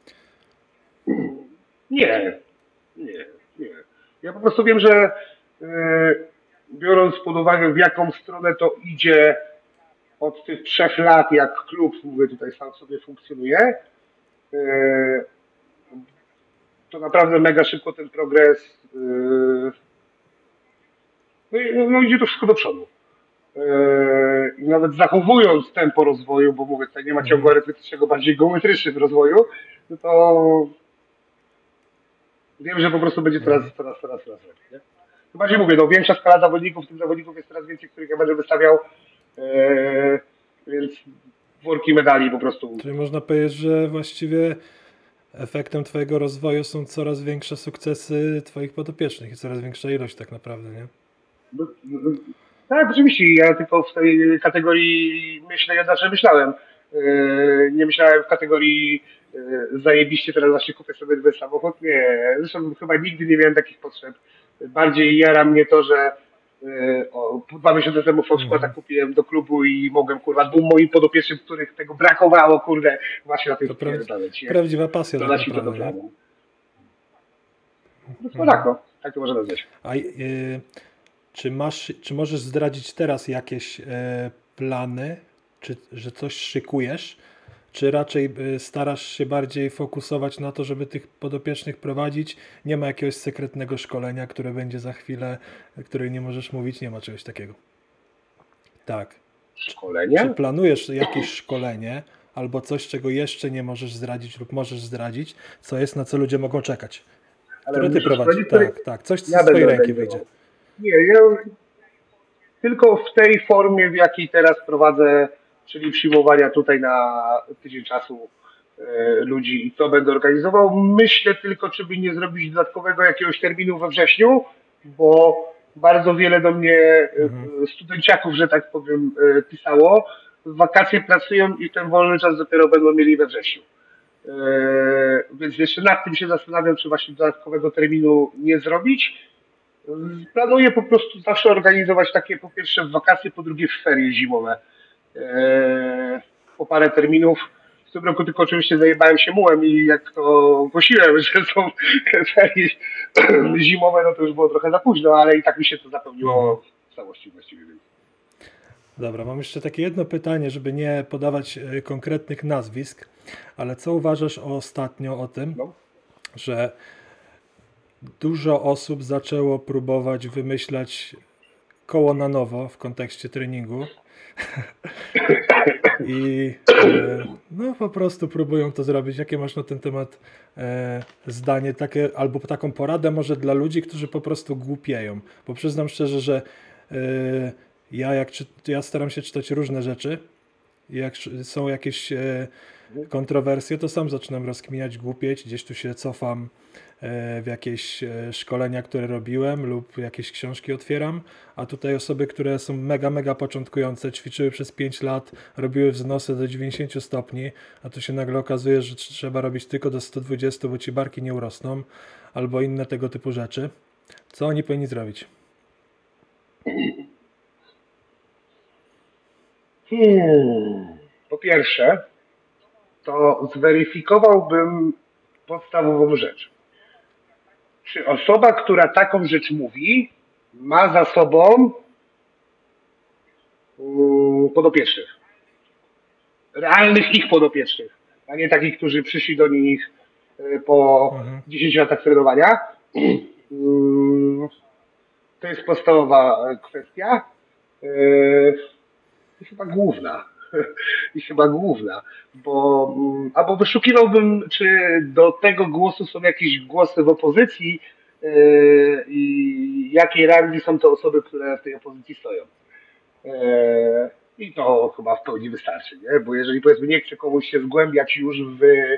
Nie, nie, nie. Ja po prostu wiem, że yy, biorąc pod uwagę, w jaką stronę to idzie od tych trzech lat, jak klub, mówię tutaj sam sobie funkcjonuje, yy, to naprawdę mega szybko ten progres, yy, no, i- no idzie to wszystko do przodu. Yy, I nawet zachowując tempo rozwoju, bo mówię, tutaj nie ma ciągu arytmetycznego, bardziej geometrycznym rozwoju, no to wiem, że po prostu będzie coraz, coraz, coraz, coraz lepiej. Nie? To bardziej mówię, no większa skala zawodników, tych zawodników jest coraz więcej, których ja będę wystawiał, yy, więc worki medali po prostu. Czyli można powiedzieć, że właściwie efektem Twojego rozwoju są coraz większe sukcesy Twoich podopiecznych i coraz większa ilość tak naprawdę, nie? No, no, Tak, oczywiście. Ja tylko w tej kategorii myślę, ja zawsze myślałem. Yy, Nie myślałem w kategorii yy, zajebiście, teraz właśnie kupię sobie ten samochód. Nie, zresztą chyba nigdy nie miałem takich potrzeb. Bardziej jara mnie to, że yy, o, dwa miesiące temu Volkswagena Mhm. kupiłem do klubu i mogłem, kurwa, dwóm moim podopiecznym, których tego brakowało, kurde, właśnie na tym To pra- spierdalać, nie? prawdziwa pasja tak Dodać im to do naprawdę, nie? planu. No tak, Mhm. no. Tak to można nazwać. A y, czy masz, czy możesz zdradzić teraz jakieś e, plany, czy że coś szykujesz, czy raczej y, starasz się bardziej fokusować na to, żeby tych podopiecznych prowadzić? Nie ma jakiegoś sekretnego szkolenia, które będzie za chwilę, której nie możesz mówić, nie ma czegoś takiego. Tak. Czy Szkolenie? planujesz jakieś szkolenie albo coś, czego jeszcze nie możesz zdradzić lub możesz zdradzić, co jest, na co ludzie mogą czekać? Ale Które ty muszę prowadzisz? szkolenie, które Tak, tak. Coś, co ja z twojej będę ręki wyjdzie. organizował. Nie, ja tylko w tej formie, w jakiej teraz prowadzę, czyli przyjmowania tutaj na tydzień czasu e, ludzi i co będę organizował. Myślę tylko, czy by nie zrobić dodatkowego jakiegoś terminu we wrześniu, bo bardzo wiele do mnie e, Mhm. studenciaków, że tak powiem, e, pisało. W wakacje pracują i ten wolny czas dopiero będą mieli we wrześniu. E, Więc jeszcze nad tym się zastanawiam, czy właśnie dodatkowego terminu nie zrobić. Planuję po prostu zawsze organizować takie po pierwsze w wakacje, po drugie w ferie zimowe. Eee, po parę terminów. W tym roku tylko oczywiście zajebałem się mułem i jak to ogłosiłem, że są ferie zimowe, no to już było trochę za późno, ale i tak mi się to Mhm. zapełniło w całości właściwie. Więc. Dobra, mam jeszcze takie jedno pytanie, żeby nie podawać e, konkretnych nazwisk, ale co uważasz ostatnio o tym, No. że dużo osób zaczęło próbować wymyślać koło na nowo w kontekście treningu i e, no po prostu próbują to zrobić. Jakie masz na ten temat e, zdanie, takie, albo taką poradę może dla ludzi, którzy po prostu głupieją? Bo przyznam szczerze, że e, ja jak czy, ja staram się czytać różne rzeczy. Jak są jakieś e, kontrowersje, to sam zaczynam rozkminiać, głupieć, gdzieś tu się cofam e, w jakieś e, szkolenia, które robiłem lub jakieś książki otwieram, a tutaj osoby, które są mega, mega początkujące, ćwiczyły przez pięć lat, robiły wznosy do dziewięćdziesięciu stopni, a tu się nagle okazuje, że trzeba robić tylko do stu dwudziestu, bo ci barki nie urosną, albo inne tego typu rzeczy. Co oni powinni zrobić? Hmm. Po pierwsze, to zweryfikowałbym podstawową rzecz. Czy osoba, która taką rzecz mówi, ma za sobą mm, podopiecznych? Realnych ich podopiecznych, a nie takich, którzy przyszli do nich e, po Mhm. dziesięciu latach trenowania. Mm, To jest podstawowa e, kwestia. E, I chyba główna. I chyba główna, bo mm, albo wyszukiwałbym, czy do tego głosu są jakieś głosy w opozycji yy, i jakiej rangi są to osoby, które w tej opozycji stoją. Yy, I to chyba w pełni wystarczy, nie? Bo jeżeli powiedzmy nie chce komuś się zgłębiać już w yy,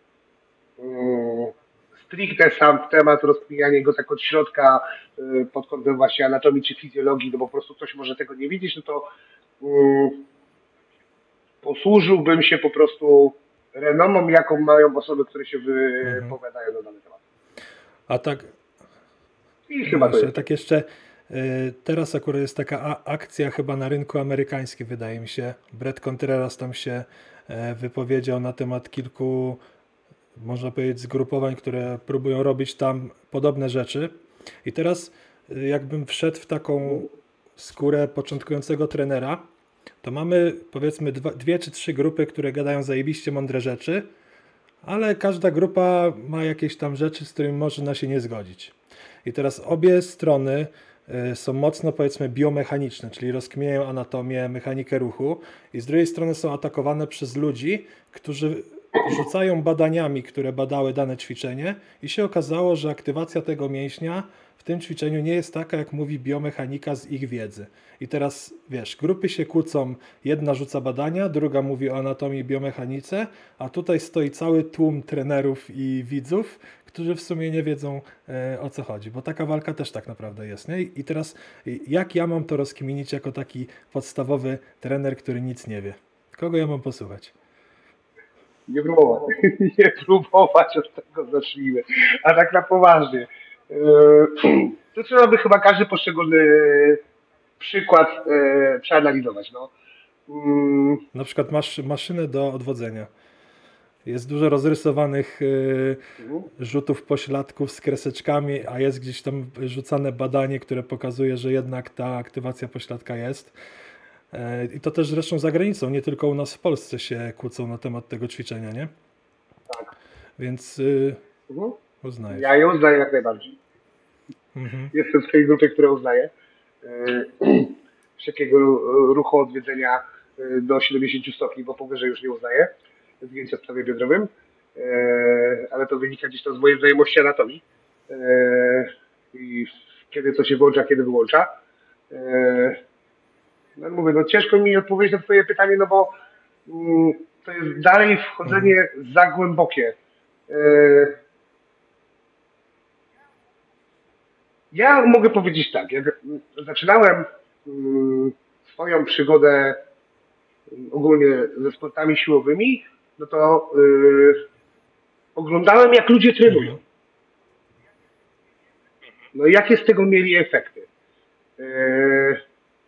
stricte sam temat, rozkminianie go tak od środka yy, pod kątem właśnie anatomii czy fizjologii, no bo po prostu ktoś może tego nie widzieć, no to yy, posłużyłbym się po prostu renomą, jaką mają osoby, które się Mhm. wypowiadają na dany temat. A tak, I no chyba to jeszcze, jest to. tak jeszcze y, teraz akurat jest taka a- akcja chyba na rynku amerykańskim, wydaje mi się. Brett Contreras tam się e, wypowiedział na temat kilku, można powiedzieć, zgrupowań, które próbują robić tam podobne rzeczy. I teraz y, jakbym wszedł w taką skórę początkującego trenera, to mamy powiedzmy dwa, dwie czy trzy grupy, które gadają zajebiście mądre rzeczy, ale każda grupa ma jakieś tam rzeczy, z którymi można się nie zgodzić. I teraz obie strony y, są mocno, powiedzmy, biomechaniczne, czyli rozkminiają anatomię, mechanikę ruchu, i z drugiej strony są atakowane przez ludzi, którzy rzucają badaniami, które badały dane ćwiczenie, i się okazało, że aktywacja tego mięśnia w tym ćwiczeniu nie jest taka, jak mówi biomechanika z ich wiedzy. I teraz, wiesz, grupy się kłócą, jedna rzuca badania, druga mówi o anatomii i biomechanice, a tutaj stoi cały tłum trenerów i widzów, którzy w sumie nie wiedzą e, o co chodzi, bo taka walka też tak naprawdę jest, nie? I teraz jak ja mam to rozkminić jako taki podstawowy trener, który nic nie wie? Kogo ja mam posłuchać? Nie próbować. Nie próbować, od tego zacznijmy. A tak na poważnie. Yy, To trzeba by chyba każdy poszczególny przykład yy, przeanalizować. No. Mm, Na przykład masz maszynę do odwodzenia. Jest dużo rozrysowanych y, mhm. rzutów pośladków z kreseczkami, a jest gdzieś tam rzucane badanie, które pokazuje, że jednak ta aktywacja pośladka jest. E, I to też zresztą za granicą, nie tylko u nas w Polsce się kłócą na temat tego ćwiczenia, nie? Tak. Więc y, Mhm. uznajesz. Ja ją uznaję jak najbardziej. Mhm. Jestem w tej grupie, która uznaje. Yy, Wszelkiego ruchu odwiedzenia yy, do siedemdziesięciu stopni, bo powyżej już nie uznaję. Zdjęcia w stawie biodrowym. Yy, Ale to wynika gdzieś tam z mojej znajomości anatomii. Yy, I kiedy to się włącza, kiedy wyłącza. Yy, No mówię, no ciężko mi odpowiedzieć na twoje pytanie, no bo mm, to jest dalej wchodzenie za głębokie. Yy, Ja mogę powiedzieć tak, jak zaczynałem mm, swoją przygodę mm, ogólnie ze sportami siłowymi, no to yy, oglądałem jak ludzie trenują. No i jakie z tego mieli efekty. Yy,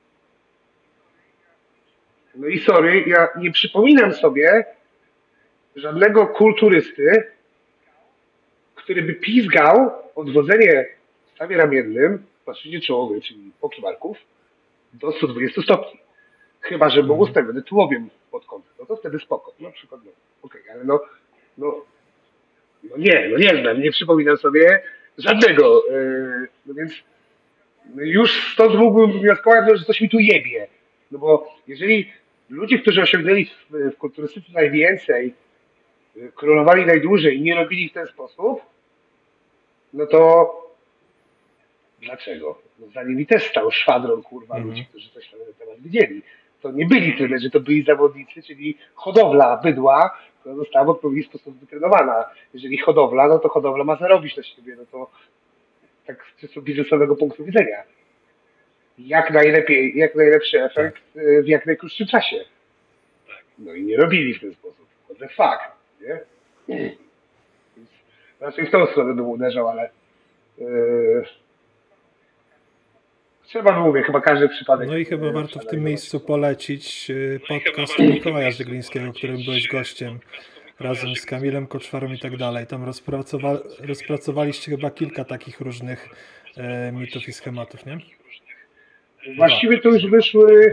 No i sorry, ja nie przypominam sobie żadnego kulturysty, który by pizgał odwodzenie w stawie ramiennym, płaszczyźnie czołowej, czyli boki barków, do stu dwudziestu stopni. Chyba, że był Mhm. ustawiony tułowiem pod kątem. No to wtedy spoko. Na przykład, no okej, ale no, no, no nie, no nie znam, nie przypominam sobie żadnego. Yy, no więc no już stąd mógłbym wnioskować, no, że coś mi tu jebie. No bo jeżeli ludzie, którzy osiągnęli w, w kulturystyce najwięcej, yy, królowali najdłużej i nie robili w ten sposób, no to dlaczego? No za nimi też stał szwadron, kurwa, Mhm. ludzi, którzy coś tam na ten temat wiedzieli. To nie byli trenerzy, to byli zawodnicy, czyli hodowla bydła, która została w odpowiedni sposób wytrenowana. Jeżeli hodowla, no to hodowla ma zarobić na siebie, no to tak z czysto biznesowego punktu widzenia. Jak najlepiej, jak najlepszy efekt y, w jak najkrótszym czasie. No i nie robili w ten sposób. To the fuck, nie? Więc raczej w tą stronę bym uderzał, ale yy, trzeba, mówię, chyba każdy przypadek. No i chyba yy, warto w tym przeanalizować. miejscu polecić y, podcast Mikołaja Żyglińskiego, którym byłeś gościem razem z Kamilem Koczwarą i tak dalej. Tam rozpracowa rozpracowaliście chyba kilka takich różnych e, mitów i schematów, nie? Właściwie to już wyszły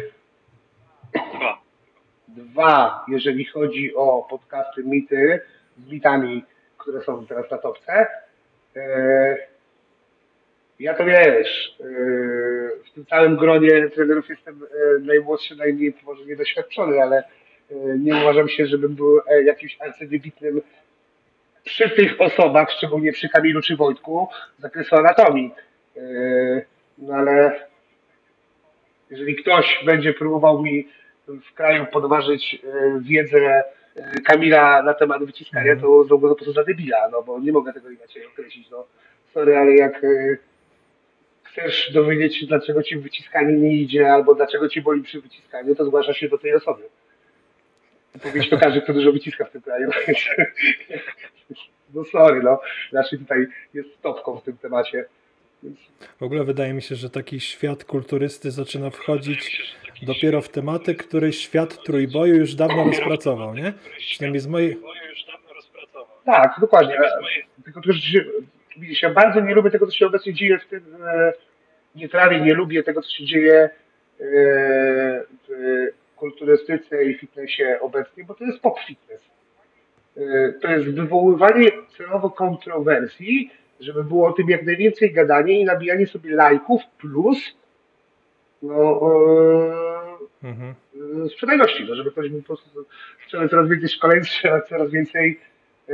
dwa, jeżeli chodzi o podcasty mity z mitami, które są teraz na topce. Yy, Ja to wiesz, yy, w tym całym gronie trenerów jestem yy, najmłodszy, najmniej może niedoświadczony, ale yy, nie uważam się, żebym był e, jakimś arcydybitnym przy tych osobach, szczególnie przy Kamilu czy Wojtku, z zakresu anatomii. Yy, No ale jeżeli ktoś będzie próbował mi w kraju podważyć yy, wiedzę yy, Kamila na temat wyciskania, Mhm. to uznał go po prostu za debila, no bo nie mogę tego inaczej określić. No. Sorry, ale jak yy, chcesz dowiedzieć się, dlaczego ci wyciskanie nie idzie, albo dlaczego ci boli przy wyciskaniu, to zgłasza się do tej osoby. Powiedzieć to każdy, kto dużo wyciska w tym kraju. No sorry, no. Znaczy tutaj jest stopką w tym temacie. Więc W ogóle wydaje mi się, że taki świat kulturysty zaczyna wchodzić dopiero w tematy, które świat trójboju już dawno rozpracował, nie? Przynajmniej z mojej... tak, dokładnie. Tylko to, że się, widzisz, ja bardzo nie lubię tego, co się obecnie dzieje w tym, e, nie trawię, nie lubię tego, co się dzieje e, w kulturystyce i fitnessie obecnie, bo to jest pop fitness. E, To jest wywoływanie celowo kontrowersji, żeby było o tym jak najwięcej gadanie i nabijanie sobie lajków plus no, e, Mhm. e, sprzedajności, no, żeby ktoś mi po prostu sprzedał coraz więcej szkoleń, coraz więcej e,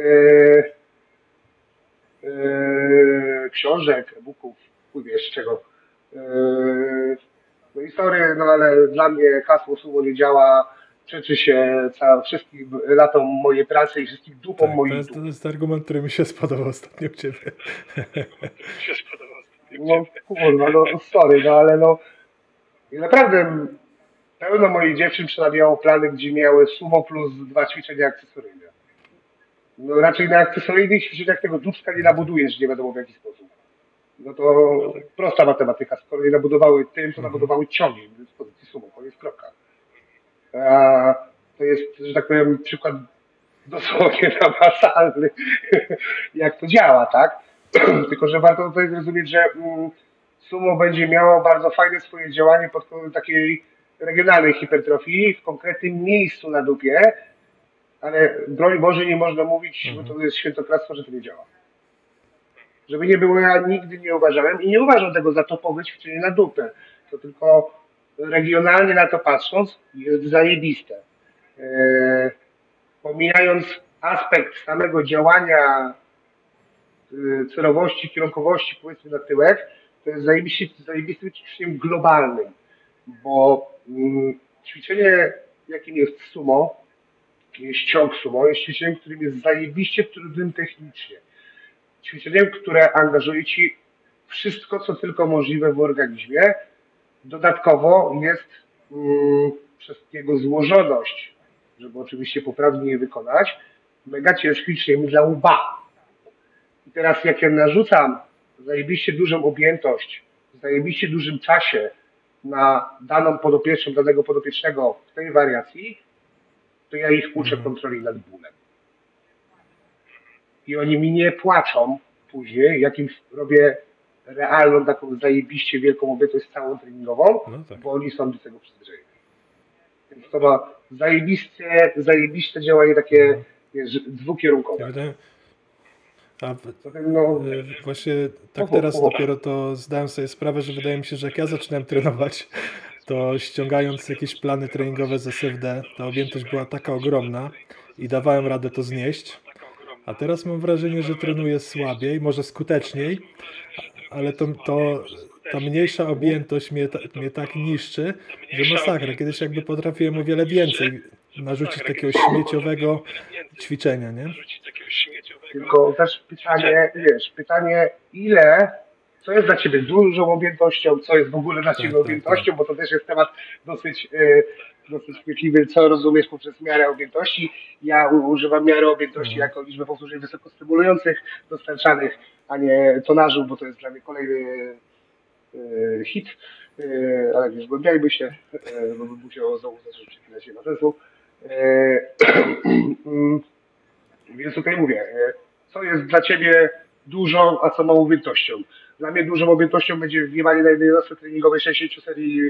e, książek, e-booków, chuj wiesz czego. E, No i sorry, no ale dla mnie hasło słowo nie działa, przeczy się całym wszystkim latom mojej pracy i wszystkim dupom Tak, to moich jest, dup. to jest argument, który mi się spodobał ostatnio u ciebie. No kurwa, no sorry, no ale no i naprawdę pełno moich dziewczyn przerabiało plany, gdzie miały sumo plus dwa ćwiczenia akcesoryjne. No raczej na akcesoryjnych ćwiczeniach tego dupska nie nabudujesz, nie wiadomo w jaki sposób. No to prosta matematyka, skoro je nabudowały tym, to Mhm. nabudowały ciągiem w pozycji sumo, koniec kropka. A to jest, że tak powiem, przykład dosłownie namacalny, jak to działa, tak? Tylko, że warto tutaj zrozumieć, że mm, sumo będzie miało bardzo fajne swoje działanie pod kątem takiej regionalnej hipertrofii w konkretnym miejscu na dupie, ale broń Boże nie można mówić, bo Mhm. to jest świętokradztwo, że to nie działa. Żeby nie było, ja nigdy nie uważałem i nie uważam tego za topowe ćwiczenie na dupę. To tylko regionalnie na to patrząc jest zajebiste. Eee, pomijając aspekt samego działania, y, celowości, kierunkowości, powiedzmy na tyłek, to jest zajebiście, zajebistym ćwiczeniem globalnym, bo mm, ćwiczenie, jakim jest sumo, jest ciąg sumo, jest ćwiczeniem, którym jest zajebiście trudnym technicznie. Ćwiczeniem, które angażuje ci wszystko, co tylko możliwe w organizmie. Dodatkowo jest mm, przez jego złożoność, żeby oczywiście poprawnie je wykonać, mega ciężkim ćwiczeniem dla łba. I teraz jak ja narzucam zajebiście dużą objętość, w zajebiście dużym czasie na daną podopieczną, danego podopiecznego w tej wariacji, to ja ich uczę Mhm. kontroli nad bólem. I oni mi nie płaczą później, jak im robię realną, taką zajebiście wielką objętość całą treningową, No tak. bo oni są do tego przyzwyczajeni. Więc to ma zajebiste, zajebiste działanie takie Mhm. wiesz, Ja dwukierunkowe. wydaje, a w- Zatem no, y, właśnie tak Oho, teraz oho. dopiero to zdałem sobie sprawę, że wydaje mi się, że jak ja zaczynałem trenować, to ściągając jakieś plany treningowe z S F D, ta objętość była taka ogromna i dawałem radę to znieść. A teraz mam wrażenie, że trenuję słabiej, może skuteczniej, ale to, to ta mniejsza objętość mnie, ta, mnie tak niszczy, że masakra. Kiedyś jakby potrafiłem o wiele więcej narzucić takiego śmieciowego ćwiczenia, nie? tylko też pytanie, wiesz, pytanie ile, co jest dla ciebie dużą objętością, co jest w ogóle dla Tak, ciebie tak, objętością, bo to też jest temat dosyć, e, dosyć chwytliwy, co rozumiesz poprzez miarę objętości. Ja u- używam miary objętości Mhm. jako liczbę powtórzeń wysokostymulujących dostarczanych, a nie tonażu, bo to jest dla mnie kolejny e, hit, e, ale nie zgłębiajmy się, e, bo bym musiał znowu zacząć przypinać się na sensu. E, Więc tutaj mówię, e, co jest dla ciebie dużą, a co małą objętością. Dla mnie dużą objętością będzie wbijanie na jednej jednostce treningowej sześćdziesiąt serii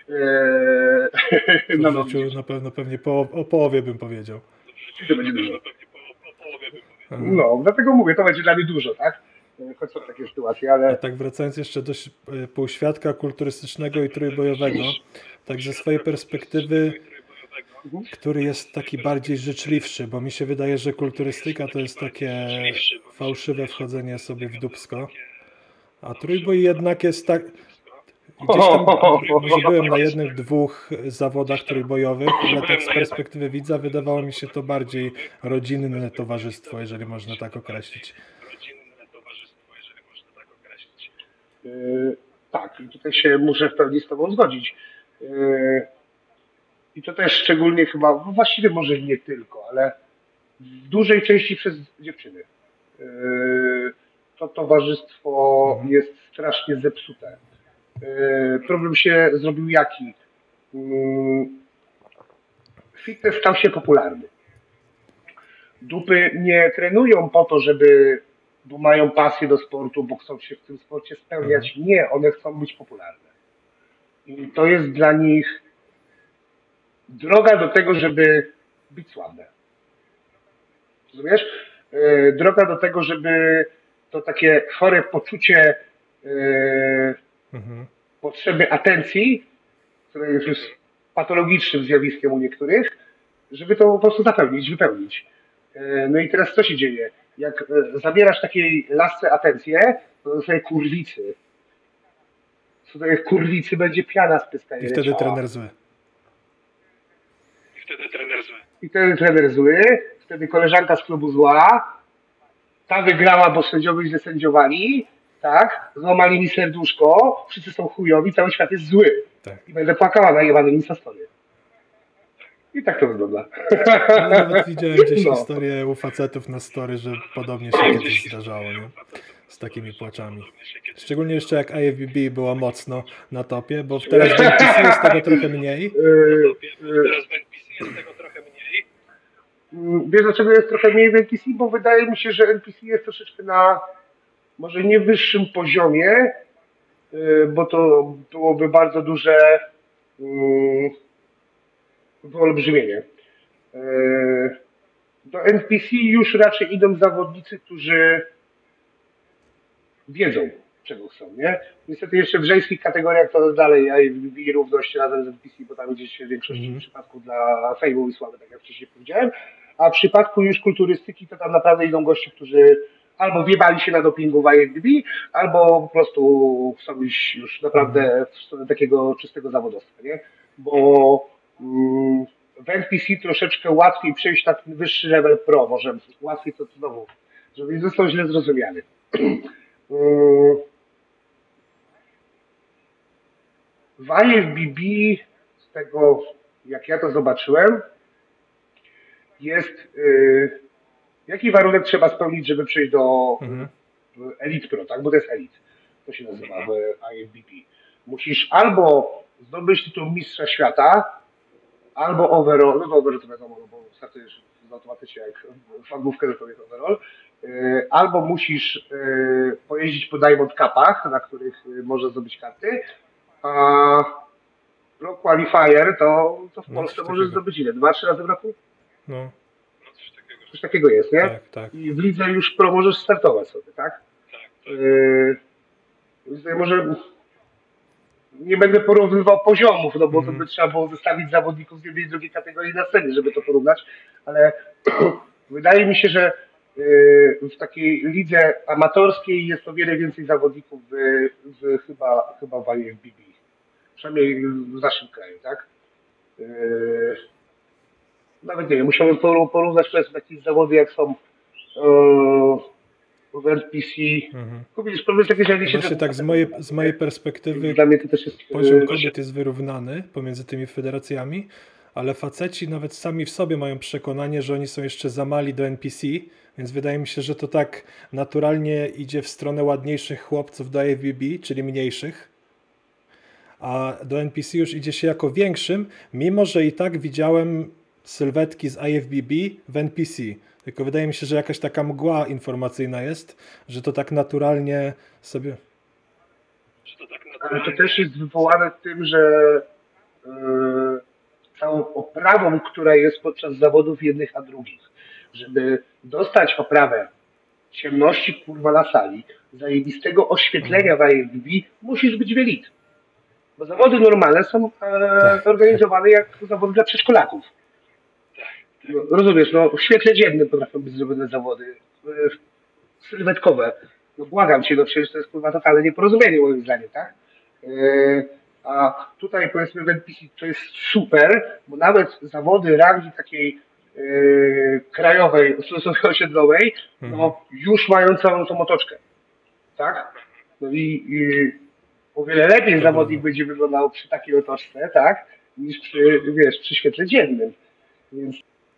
e, To na w nogi. życiu na pewno pewnie po, o połowie bym powiedział. To będzie dużo. Mhm. No, dlatego mówię, to będzie dla mnie dużo, tak? E, Choć są takie sytuacje, A ale tak wracając jeszcze do y, półświadka kulturystycznego i trójbojowego, tak ze swojej perspektywy, który jest taki bardziej życzliwszy, bo mi się wydaje, że kulturystyka to jest takie fałszywe wchodzenie sobie w dupsko, a trójbój jednak jest tak... Gdzieś tam może byłem na jednych, dwóch zawodach trójbojowych, ale tak z perspektywy widza wydawało mi się to bardziej rodzinne towarzystwo, jeżeli można tak określić. e, tak, i tutaj się muszę w pełni z tobą zgodzić. E, I to też szczególnie chyba, no właściwie może nie tylko, ale w dużej części przez dziewczyny. Yy, To towarzystwo Mhm. jest strasznie zepsute. Yy, Problem się zrobił jaki? Yy, Fitness stał się popularny. Dupy nie trenują po to, żeby, bo mają pasję do sportu, bo chcą się w tym sporcie spełniać. Nie, one chcą być popularne. I to jest dla nich droga do tego, żeby być sławne. Rozumiesz? Yy, droga do tego, żeby to takie chore poczucie yy, Mhm. potrzeby atencji, które jest już patologicznym zjawiskiem u niektórych, żeby to po prostu zapełnić, wypełnić. Yy, no i teraz co się dzieje? Jak yy, zabierasz takiej lasce atencję, to dostaje kurwicy. Co daje kurwicy, będzie piana z pyska I jej wtedy leciała. trener zły. I ten trener zły, wtedy koleżanka z klubu zła, ta wygrała, bo sędziowie źle sędziowali, tak, złamali mi serduszko, wszyscy są chujowi, cały świat jest zły. Tak. I będę płakała na jebanym Instastorie. I tak to wygląda. Ja nawet widziałem gdzieś No. historię u facetów na story, że podobnie się kiedyś zdarzało, nie? Z takimi płaczami. Szczególnie jeszcze jak I F B B była mocno na topie, bo teraz w N P C jest tego trochę mniej. Yy, yy, Mm, Wiesz dlaczego jest trochę mniej w N P C? Bo wydaje mi się, że N P C jest troszeczkę na może nie wyższym poziomie, yy, bo to byłoby bardzo duże yy, wyolbrzymienie. Yy, Do N P C już raczej idą zawodnicy, którzy wiedzą, czego chcą, nie? Niestety jeszcze w żeńskich kategoriach to dalej I F B B równość razem z N P C, bo tam gdzieś w większości Mhm. przypadków dla fejmu i sławy, tak jak wcześniej powiedziałem. A w przypadku już kulturystyki to tam naprawdę idą goście, którzy albo wjebali się na dopingu w I F B B, albo po prostu chcą iść już naprawdę w stronę takiego czystego zawodowstwa, nie? Bo mm, w N P C troszeczkę łatwiej przejść na ten wyższy level pro, może łatwiej to znowu, żeby nie został źle zrozumiany. Mm, W I F B B, z tego jak ja to zobaczyłem, jest yy, jaki warunek trzeba spełnić, żeby przejść do Mhm. w Elite Pro, tak? Bo to jest Elite. To się nazywa w I F B B. Musisz albo zdobyć tytuł mistrza świata, albo overall, no to overall to wiadomo, no bo startujesz z automatycznie jak w handlówkę, to jest overall, yy, albo musisz yy, pojeździć po Diamond Cupach, na których yy, możesz zdobyć karty, a Pro Qualifier to, to w No, Polsce coś możesz takiego. zdobyć ile? Dwa, trzy razy w roku? No, Coś takiego jest, nie? tak, tak. I w lidze już pro możesz startować sobie, tak? Yy, więc tutaj może nie będę porównywał poziomów, no bo Mhm. to by trzeba było zestawić zawodników z jednej i drugiej kategorii na scenie, żeby to porównać, ale wydaje mi się, że yy, w takiej lidze amatorskiej jest o wiele więcej zawodników w, w, chyba, chyba w I F B B. Przynajmniej w naszym kraju, tak? Yy, nawet nie wiem, musiałbym poru- porównać powiedzmy jakieś zawody, jak są yy, w N P C. Mhm. Kupisz, problem jest taki, że ja nie siedzę Właśnie w tak z mojej, z mojej perspektywy Dla mnie to też jest poziom yy, kobiet jest wyrównany pomiędzy tymi federacjami, ale faceci nawet sami w sobie mają przekonanie, że oni są jeszcze za mali do N P C, więc wydaje mi się, że to tak naturalnie idzie w stronę ładniejszych chłopców do I F B B, czyli mniejszych, a do N P C już idzie się jako większym, mimo że i tak widziałem sylwetki z I F B B w N P C. Tylko wydaje mi się, że jakaś taka mgła informacyjna jest, że to tak naturalnie sobie... Ale to też jest wywołane tym, że yy, całą oprawą, która jest podczas zawodów jednych a drugich. Żeby dostać oprawę ciemności kurwa na sali, zajebistego oświetlenia w I F B B, musisz być w Elite. Bo zawody normalne są e, Tak. organizowane jak zawody dla przedszkolaków. No, rozumiesz, no w świetle dziennym potrafią być zrobione zawody e, sylwetkowe. No błagam cię, no przecież to jest kurwa totalne nieporozumienie moim zdaniem, tak? E, a tutaj powiedzmy w N P C to jest super, bo nawet zawody rangi takiej e, krajowej, osiedlowej, no już mają całą tą otoczkę, tak? No i, i o wiele lepiej To zawodnik prawda. będzie wyglądał przy takiej otoczce, tak? Niż przy, wiesz, przy świetle dziennym. Więc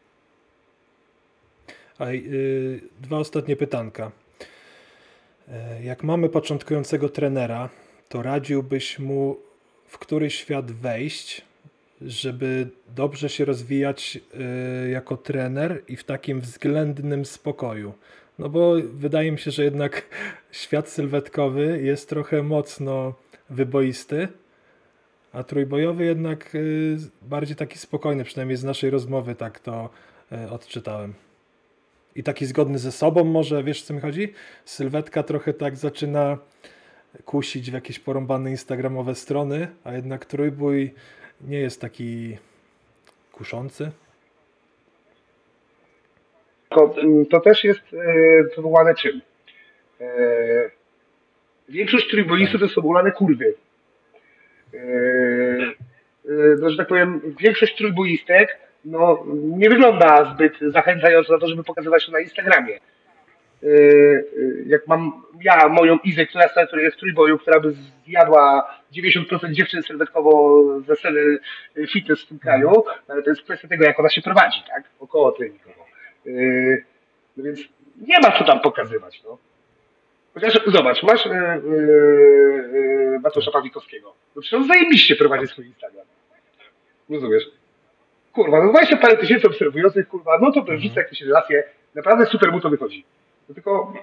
A yy, dwa ostatnie pytanka. Yy, Jak mamy początkującego trenera, to radziłbyś mu w który świat wejść, żeby dobrze się rozwijać yy, jako trener i w takim względnym spokoju? No bo wydaje mi się, że jednak świat sylwetkowy jest trochę mocno wyboisty, a trójbojowy jednak yy, bardziej taki spokojny, przynajmniej z naszej rozmowy tak to yy, odczytałem. I taki zgodny ze sobą może, wiesz co mi chodzi? Sylwetka trochę tak zaczyna kusić w jakieś porąbane instagramowe strony, a jednak trójbój nie jest taki kuszący. to, to też jest e, wywołane czym? E, większość trójboistów to są wywołane kurwy. E, e, no, że tak powiem, większość trójboistek no, nie wygląda zbyt zachęcająco na to, żeby pokazywać to na Instagramie. Yy, yy, Jak mam ja moją Izę klasę, która jest w trójboju, która by zjadła dziewięćdziesiąt procent dziewczyn sylwetkowo ze sceny fitness w tym kraju, Mhm. ale to jest kwestia tego, jak ona się prowadzi, tak? Około treningowo. Yy, no więc nie ma co tam pokazywać, no. Chociaż zobacz, masz yy, yy, Bartosza Pawlikowskiego. No przecież on zajebiście prowadzi swój Instagram. Rozumiesz? Kurwa, no dwadzieścia parę tysięcy obserwujących, kurwa, no to to wrzuca Mhm. jakieś relacje, naprawdę super mu to wychodzi. No tylko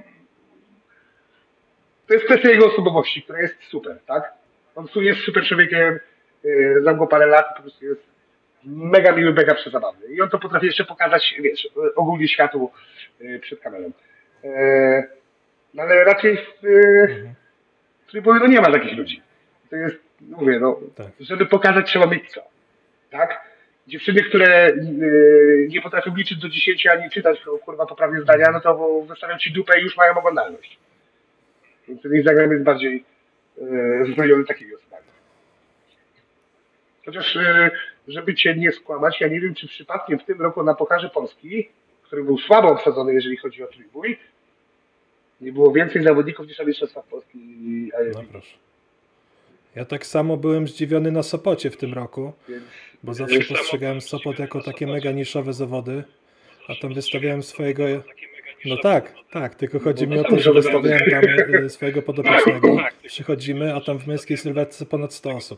to jest kwestia jego osobowości, która jest super, tak? On tu jest super człowiekiem, yy, znam go parę lat, po prostu jest mega miły, mega przezabawny. I on to potrafi jeszcze pokazać, wiesz, ogólnie światu yy, przed kamerą. Yy, no ale raczej w, yy, Mhm. w Trójboju no nie ma takich ludzi. To jest, mówię, no, Tak. żeby pokazać trzeba mieć co, tak? Dziewczyny, które yy, nie potrafią liczyć do dziesięciu ani czytać kurwa poprawnie zdania, no to wystawią ci dupę i już mają oglądalność. Więc ten Instagram jest bardziej yy, wypełniony takimi osobami. Chociaż, yy, żeby cię nie skłamać, ja nie wiem, czy przypadkiem w tym roku na Pucharze Polski, który był słabo obsadzony, jeżeli chodzi o trójbój, nie było więcej zawodników niż na Mistrzostwach Polski. No proszę. Ja tak samo byłem zdziwiony na Sopocie w tym roku, Więc, bo zawsze postrzegałem Sopot jako takie mega niszowe zawody, a tam wystawiałem swojego... No tak, tak, tylko chodzi mi o to, że wystawiałem tam y, swojego podopiecznego, przychodzimy, a tam w męskiej sylwetce ponad sto osób.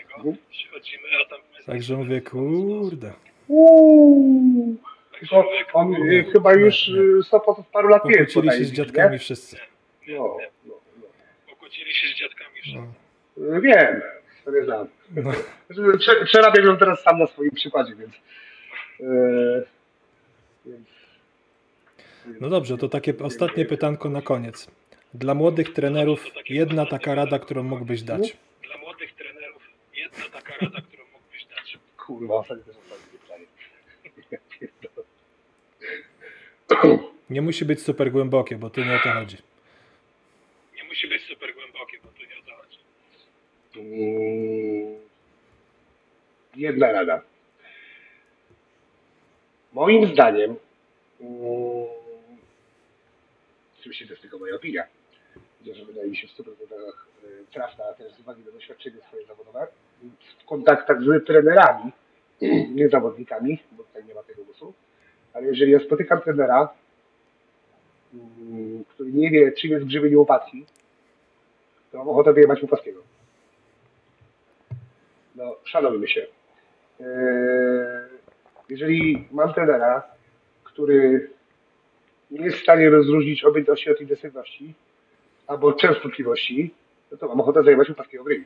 Także mówię, kurde. Uuu, tylko on Nie, nie, chyba nie, już nie. Sopot od paru lat nie jest. Pokłócili się z dziadkami nie? wszyscy. No, no, Pokłócili się z dziadkami. No. no. Wiem, to nie znam. No. Prze- Przerabiam teraz sam na swoim przykładzie, więc... Yy, więc No dobrze, to takie ostatnie pytanko na koniec. Dla młodych trenerów jedna taka rada, którą mógłbyś dać. Dla młodych trenerów jedna taka rada, którą mógłbyś dać. kurwa, ostatnio też ostatnie pytanie. Nie musi być super głębokie, bo tu nie o to chodzi. Nie musi być super głębokie, bo tu nie o to chodzi. Mm, Jedna rada. Moim zdaniem, mm, oczywiście to jest tylko moja opinia, chociaż wydaje mi się w stu procentach trafna też z uwagi na doświadczenie swoje zawodowe, w kontaktach z trenerami, nie zawodnikami, bo tutaj nie ma tego głosu, ale jeżeli ja spotykam trenera, mm, który nie wie, czym jest grzybień łopatki, to mam ochotę wyjebać mu paskiego. No, szanujmy się. Eee, Jeżeli mam trenera, który nie jest w stanie rozróżnić objętości od intensywności albo częstotliwości, no to mam ochotę zajmować mu paskiego w ryj.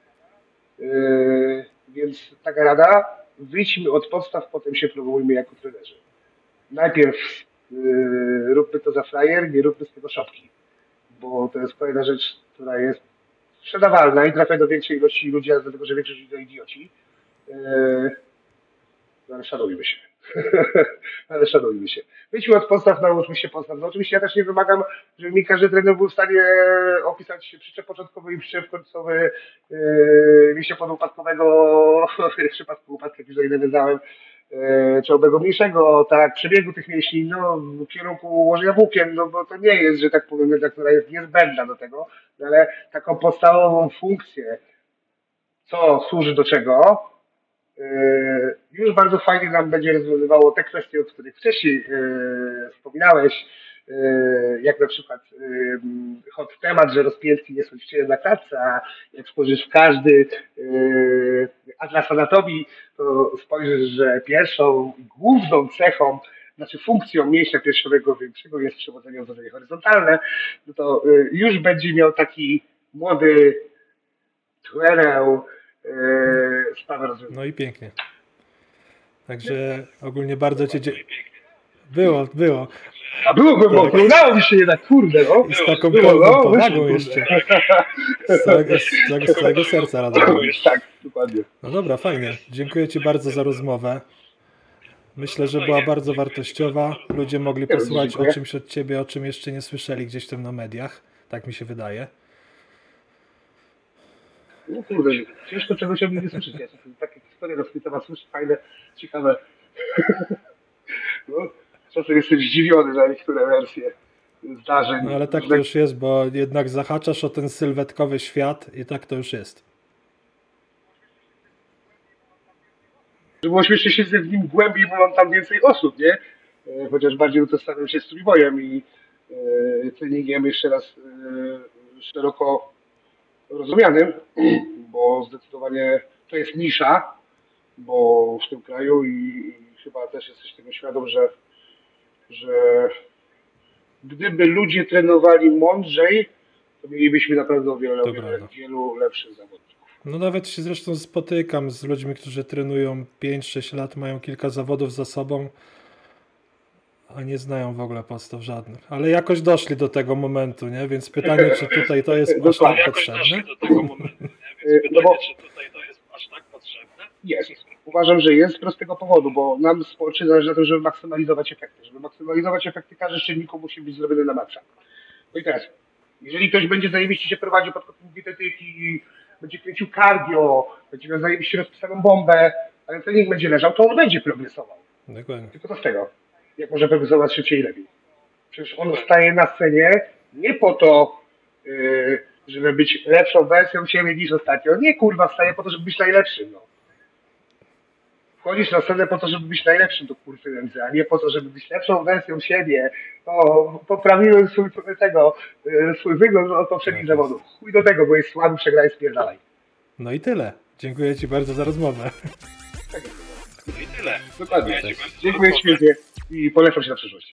Eee, Więc taka rada, wyjdźmy od podstaw, potem się próbujmy jako trenerzy. Najpierw yy, róbmy to za frajer, nie róbmy z tego szopki, bo to jest kolejna rzecz, która jest sprzedawalna i trafia do większej ilości ludzi, a dlatego, że większość to idioci. Yy, no ale szanujmy się. ale szanujmy się. Wyjdźmy od podstaw, nauczmy się podstaw. No oczywiście ja też nie wymagam, żeby mi każdy trener był w stanie opisać przyczep początkowy i przyczep końcowy yy, liścia podupadkowego w przypadku upadku, jak już ile nawiązałem, yy, czy obego mniejszego, tak, przebiegu tych mięśni, no, w kierunku ułożenia włókien, no bo to nie jest, że tak powiem, wiedza, która jest niezbędna do tego, no, ale taką podstawową funkcję, co służy do czego, Yy, już bardzo fajnie nam będzie rozwiązywało te kwestie, o których wcześniej yy, wspominałeś, yy, jak na przykład yy, hot temat, że rozpiętki nie są ćwiczenia na klatce, a jak spojrzysz w każdy yy, atlas anatomii, to spojrzysz, że pierwszą i główną cechą, znaczy funkcją mięśnia piersiowego większego jest przewodzenie uderzenie horyzontalne, no to yy, już będzie miał taki młody trener Yy, sprawę rozwiązać. No i pięknie. Także ogólnie bardzo Cię dzie... Było, było. A było głęboko, udało mi się jednak, kurde, no. I z taką Było, pełną no, powagą wyszło, jeszcze. Z całego, z całego, z całego serca rada. Tak, dokładnie. No dobra, fajnie. Dziękuję Ci bardzo za rozmowę. Myślę, że była bardzo wartościowa. Ludzie mogli Ja posłuchać dziękuję. o czymś od Ciebie, o czym jeszcze nie słyszeli gdzieś tam na mediach. Tak mi się wydaje. No kurde, ciężko czegoś o mnie nie słyszeć. Ja czasem takie historie rozkwitowa słyszę, fajne, ciekawe. No, czasem jestem zdziwiony na niektóre wersje zdarzeń. No ale tak to już jest, bo jednak zahaczasz o ten sylwetkowy świat i tak to już jest. Żeby było śmiesznie siedzę w nim głębiej, bo mam tam więcej osób, nie? E, Chociaż bardziej utożsamiam się z trójbojem i e, treningiem jeszcze raz e, szeroko rozumianym, bo zdecydowanie to jest nisza, bo w tym kraju i, i chyba też jesteś tego świadom, że, że gdyby ludzie trenowali mądrzej, to mielibyśmy naprawdę o wiele, o To wiele, prawda. wielu lepszych zawodników. No nawet się zresztą spotykam z ludźmi, którzy trenują pięć sześć lat, mają kilka zawodów za sobą, a nie znają w ogóle podstaw żadnych. Ale jakoś doszli do tego momentu, nie? Więc pytanie, czy tutaj to jest aż tak Dokładnie. Jakoś potrzebne? doszli do tego momentu, nie? Y, Więc no bo- pytanie, czy tutaj to jest aż tak potrzebne? Jest. Uważam, że jest z prostego powodu, bo nam w sporcie zależy na tym, żeby maksymalizować efekty. Żeby maksymalizować efekty, każdy z czynników musi być zrobiony na maksa. No i teraz, jeżeli ktoś będzie zajebiście się prowadził pod kątem dietetyki, będzie kręcił cardio, będzie miał zajebiście rozpisaną bombę, ale trening będzie leżał, to on będzie progresował. Dokładnie. Tylko co z tego? Jak może progresować szybciej i lepiej? Przecież on staje na scenie nie po to, yy, żeby być lepszą wersją siebie niż ostatnio. Nie, kurwa, staje po to, żeby być najlepszym, no. Wchodzisz na scenę po to, żeby być najlepszym do kurwy ręce, a nie po to, żeby być lepszą wersją siebie. O, poprawiłem swój, tego, yy, swój wygląd od poprzednich Tak jest. zawodów. Chuj do tego, bo jest słaby, przegraj, spierdalaj. No i tyle. Dziękuję Ci bardzo za rozmowę. No i tyle. Dokładnie. Dziękuję ci bardzo za Dziękuję rozmowę. świetnie i polecam się na przyszłość.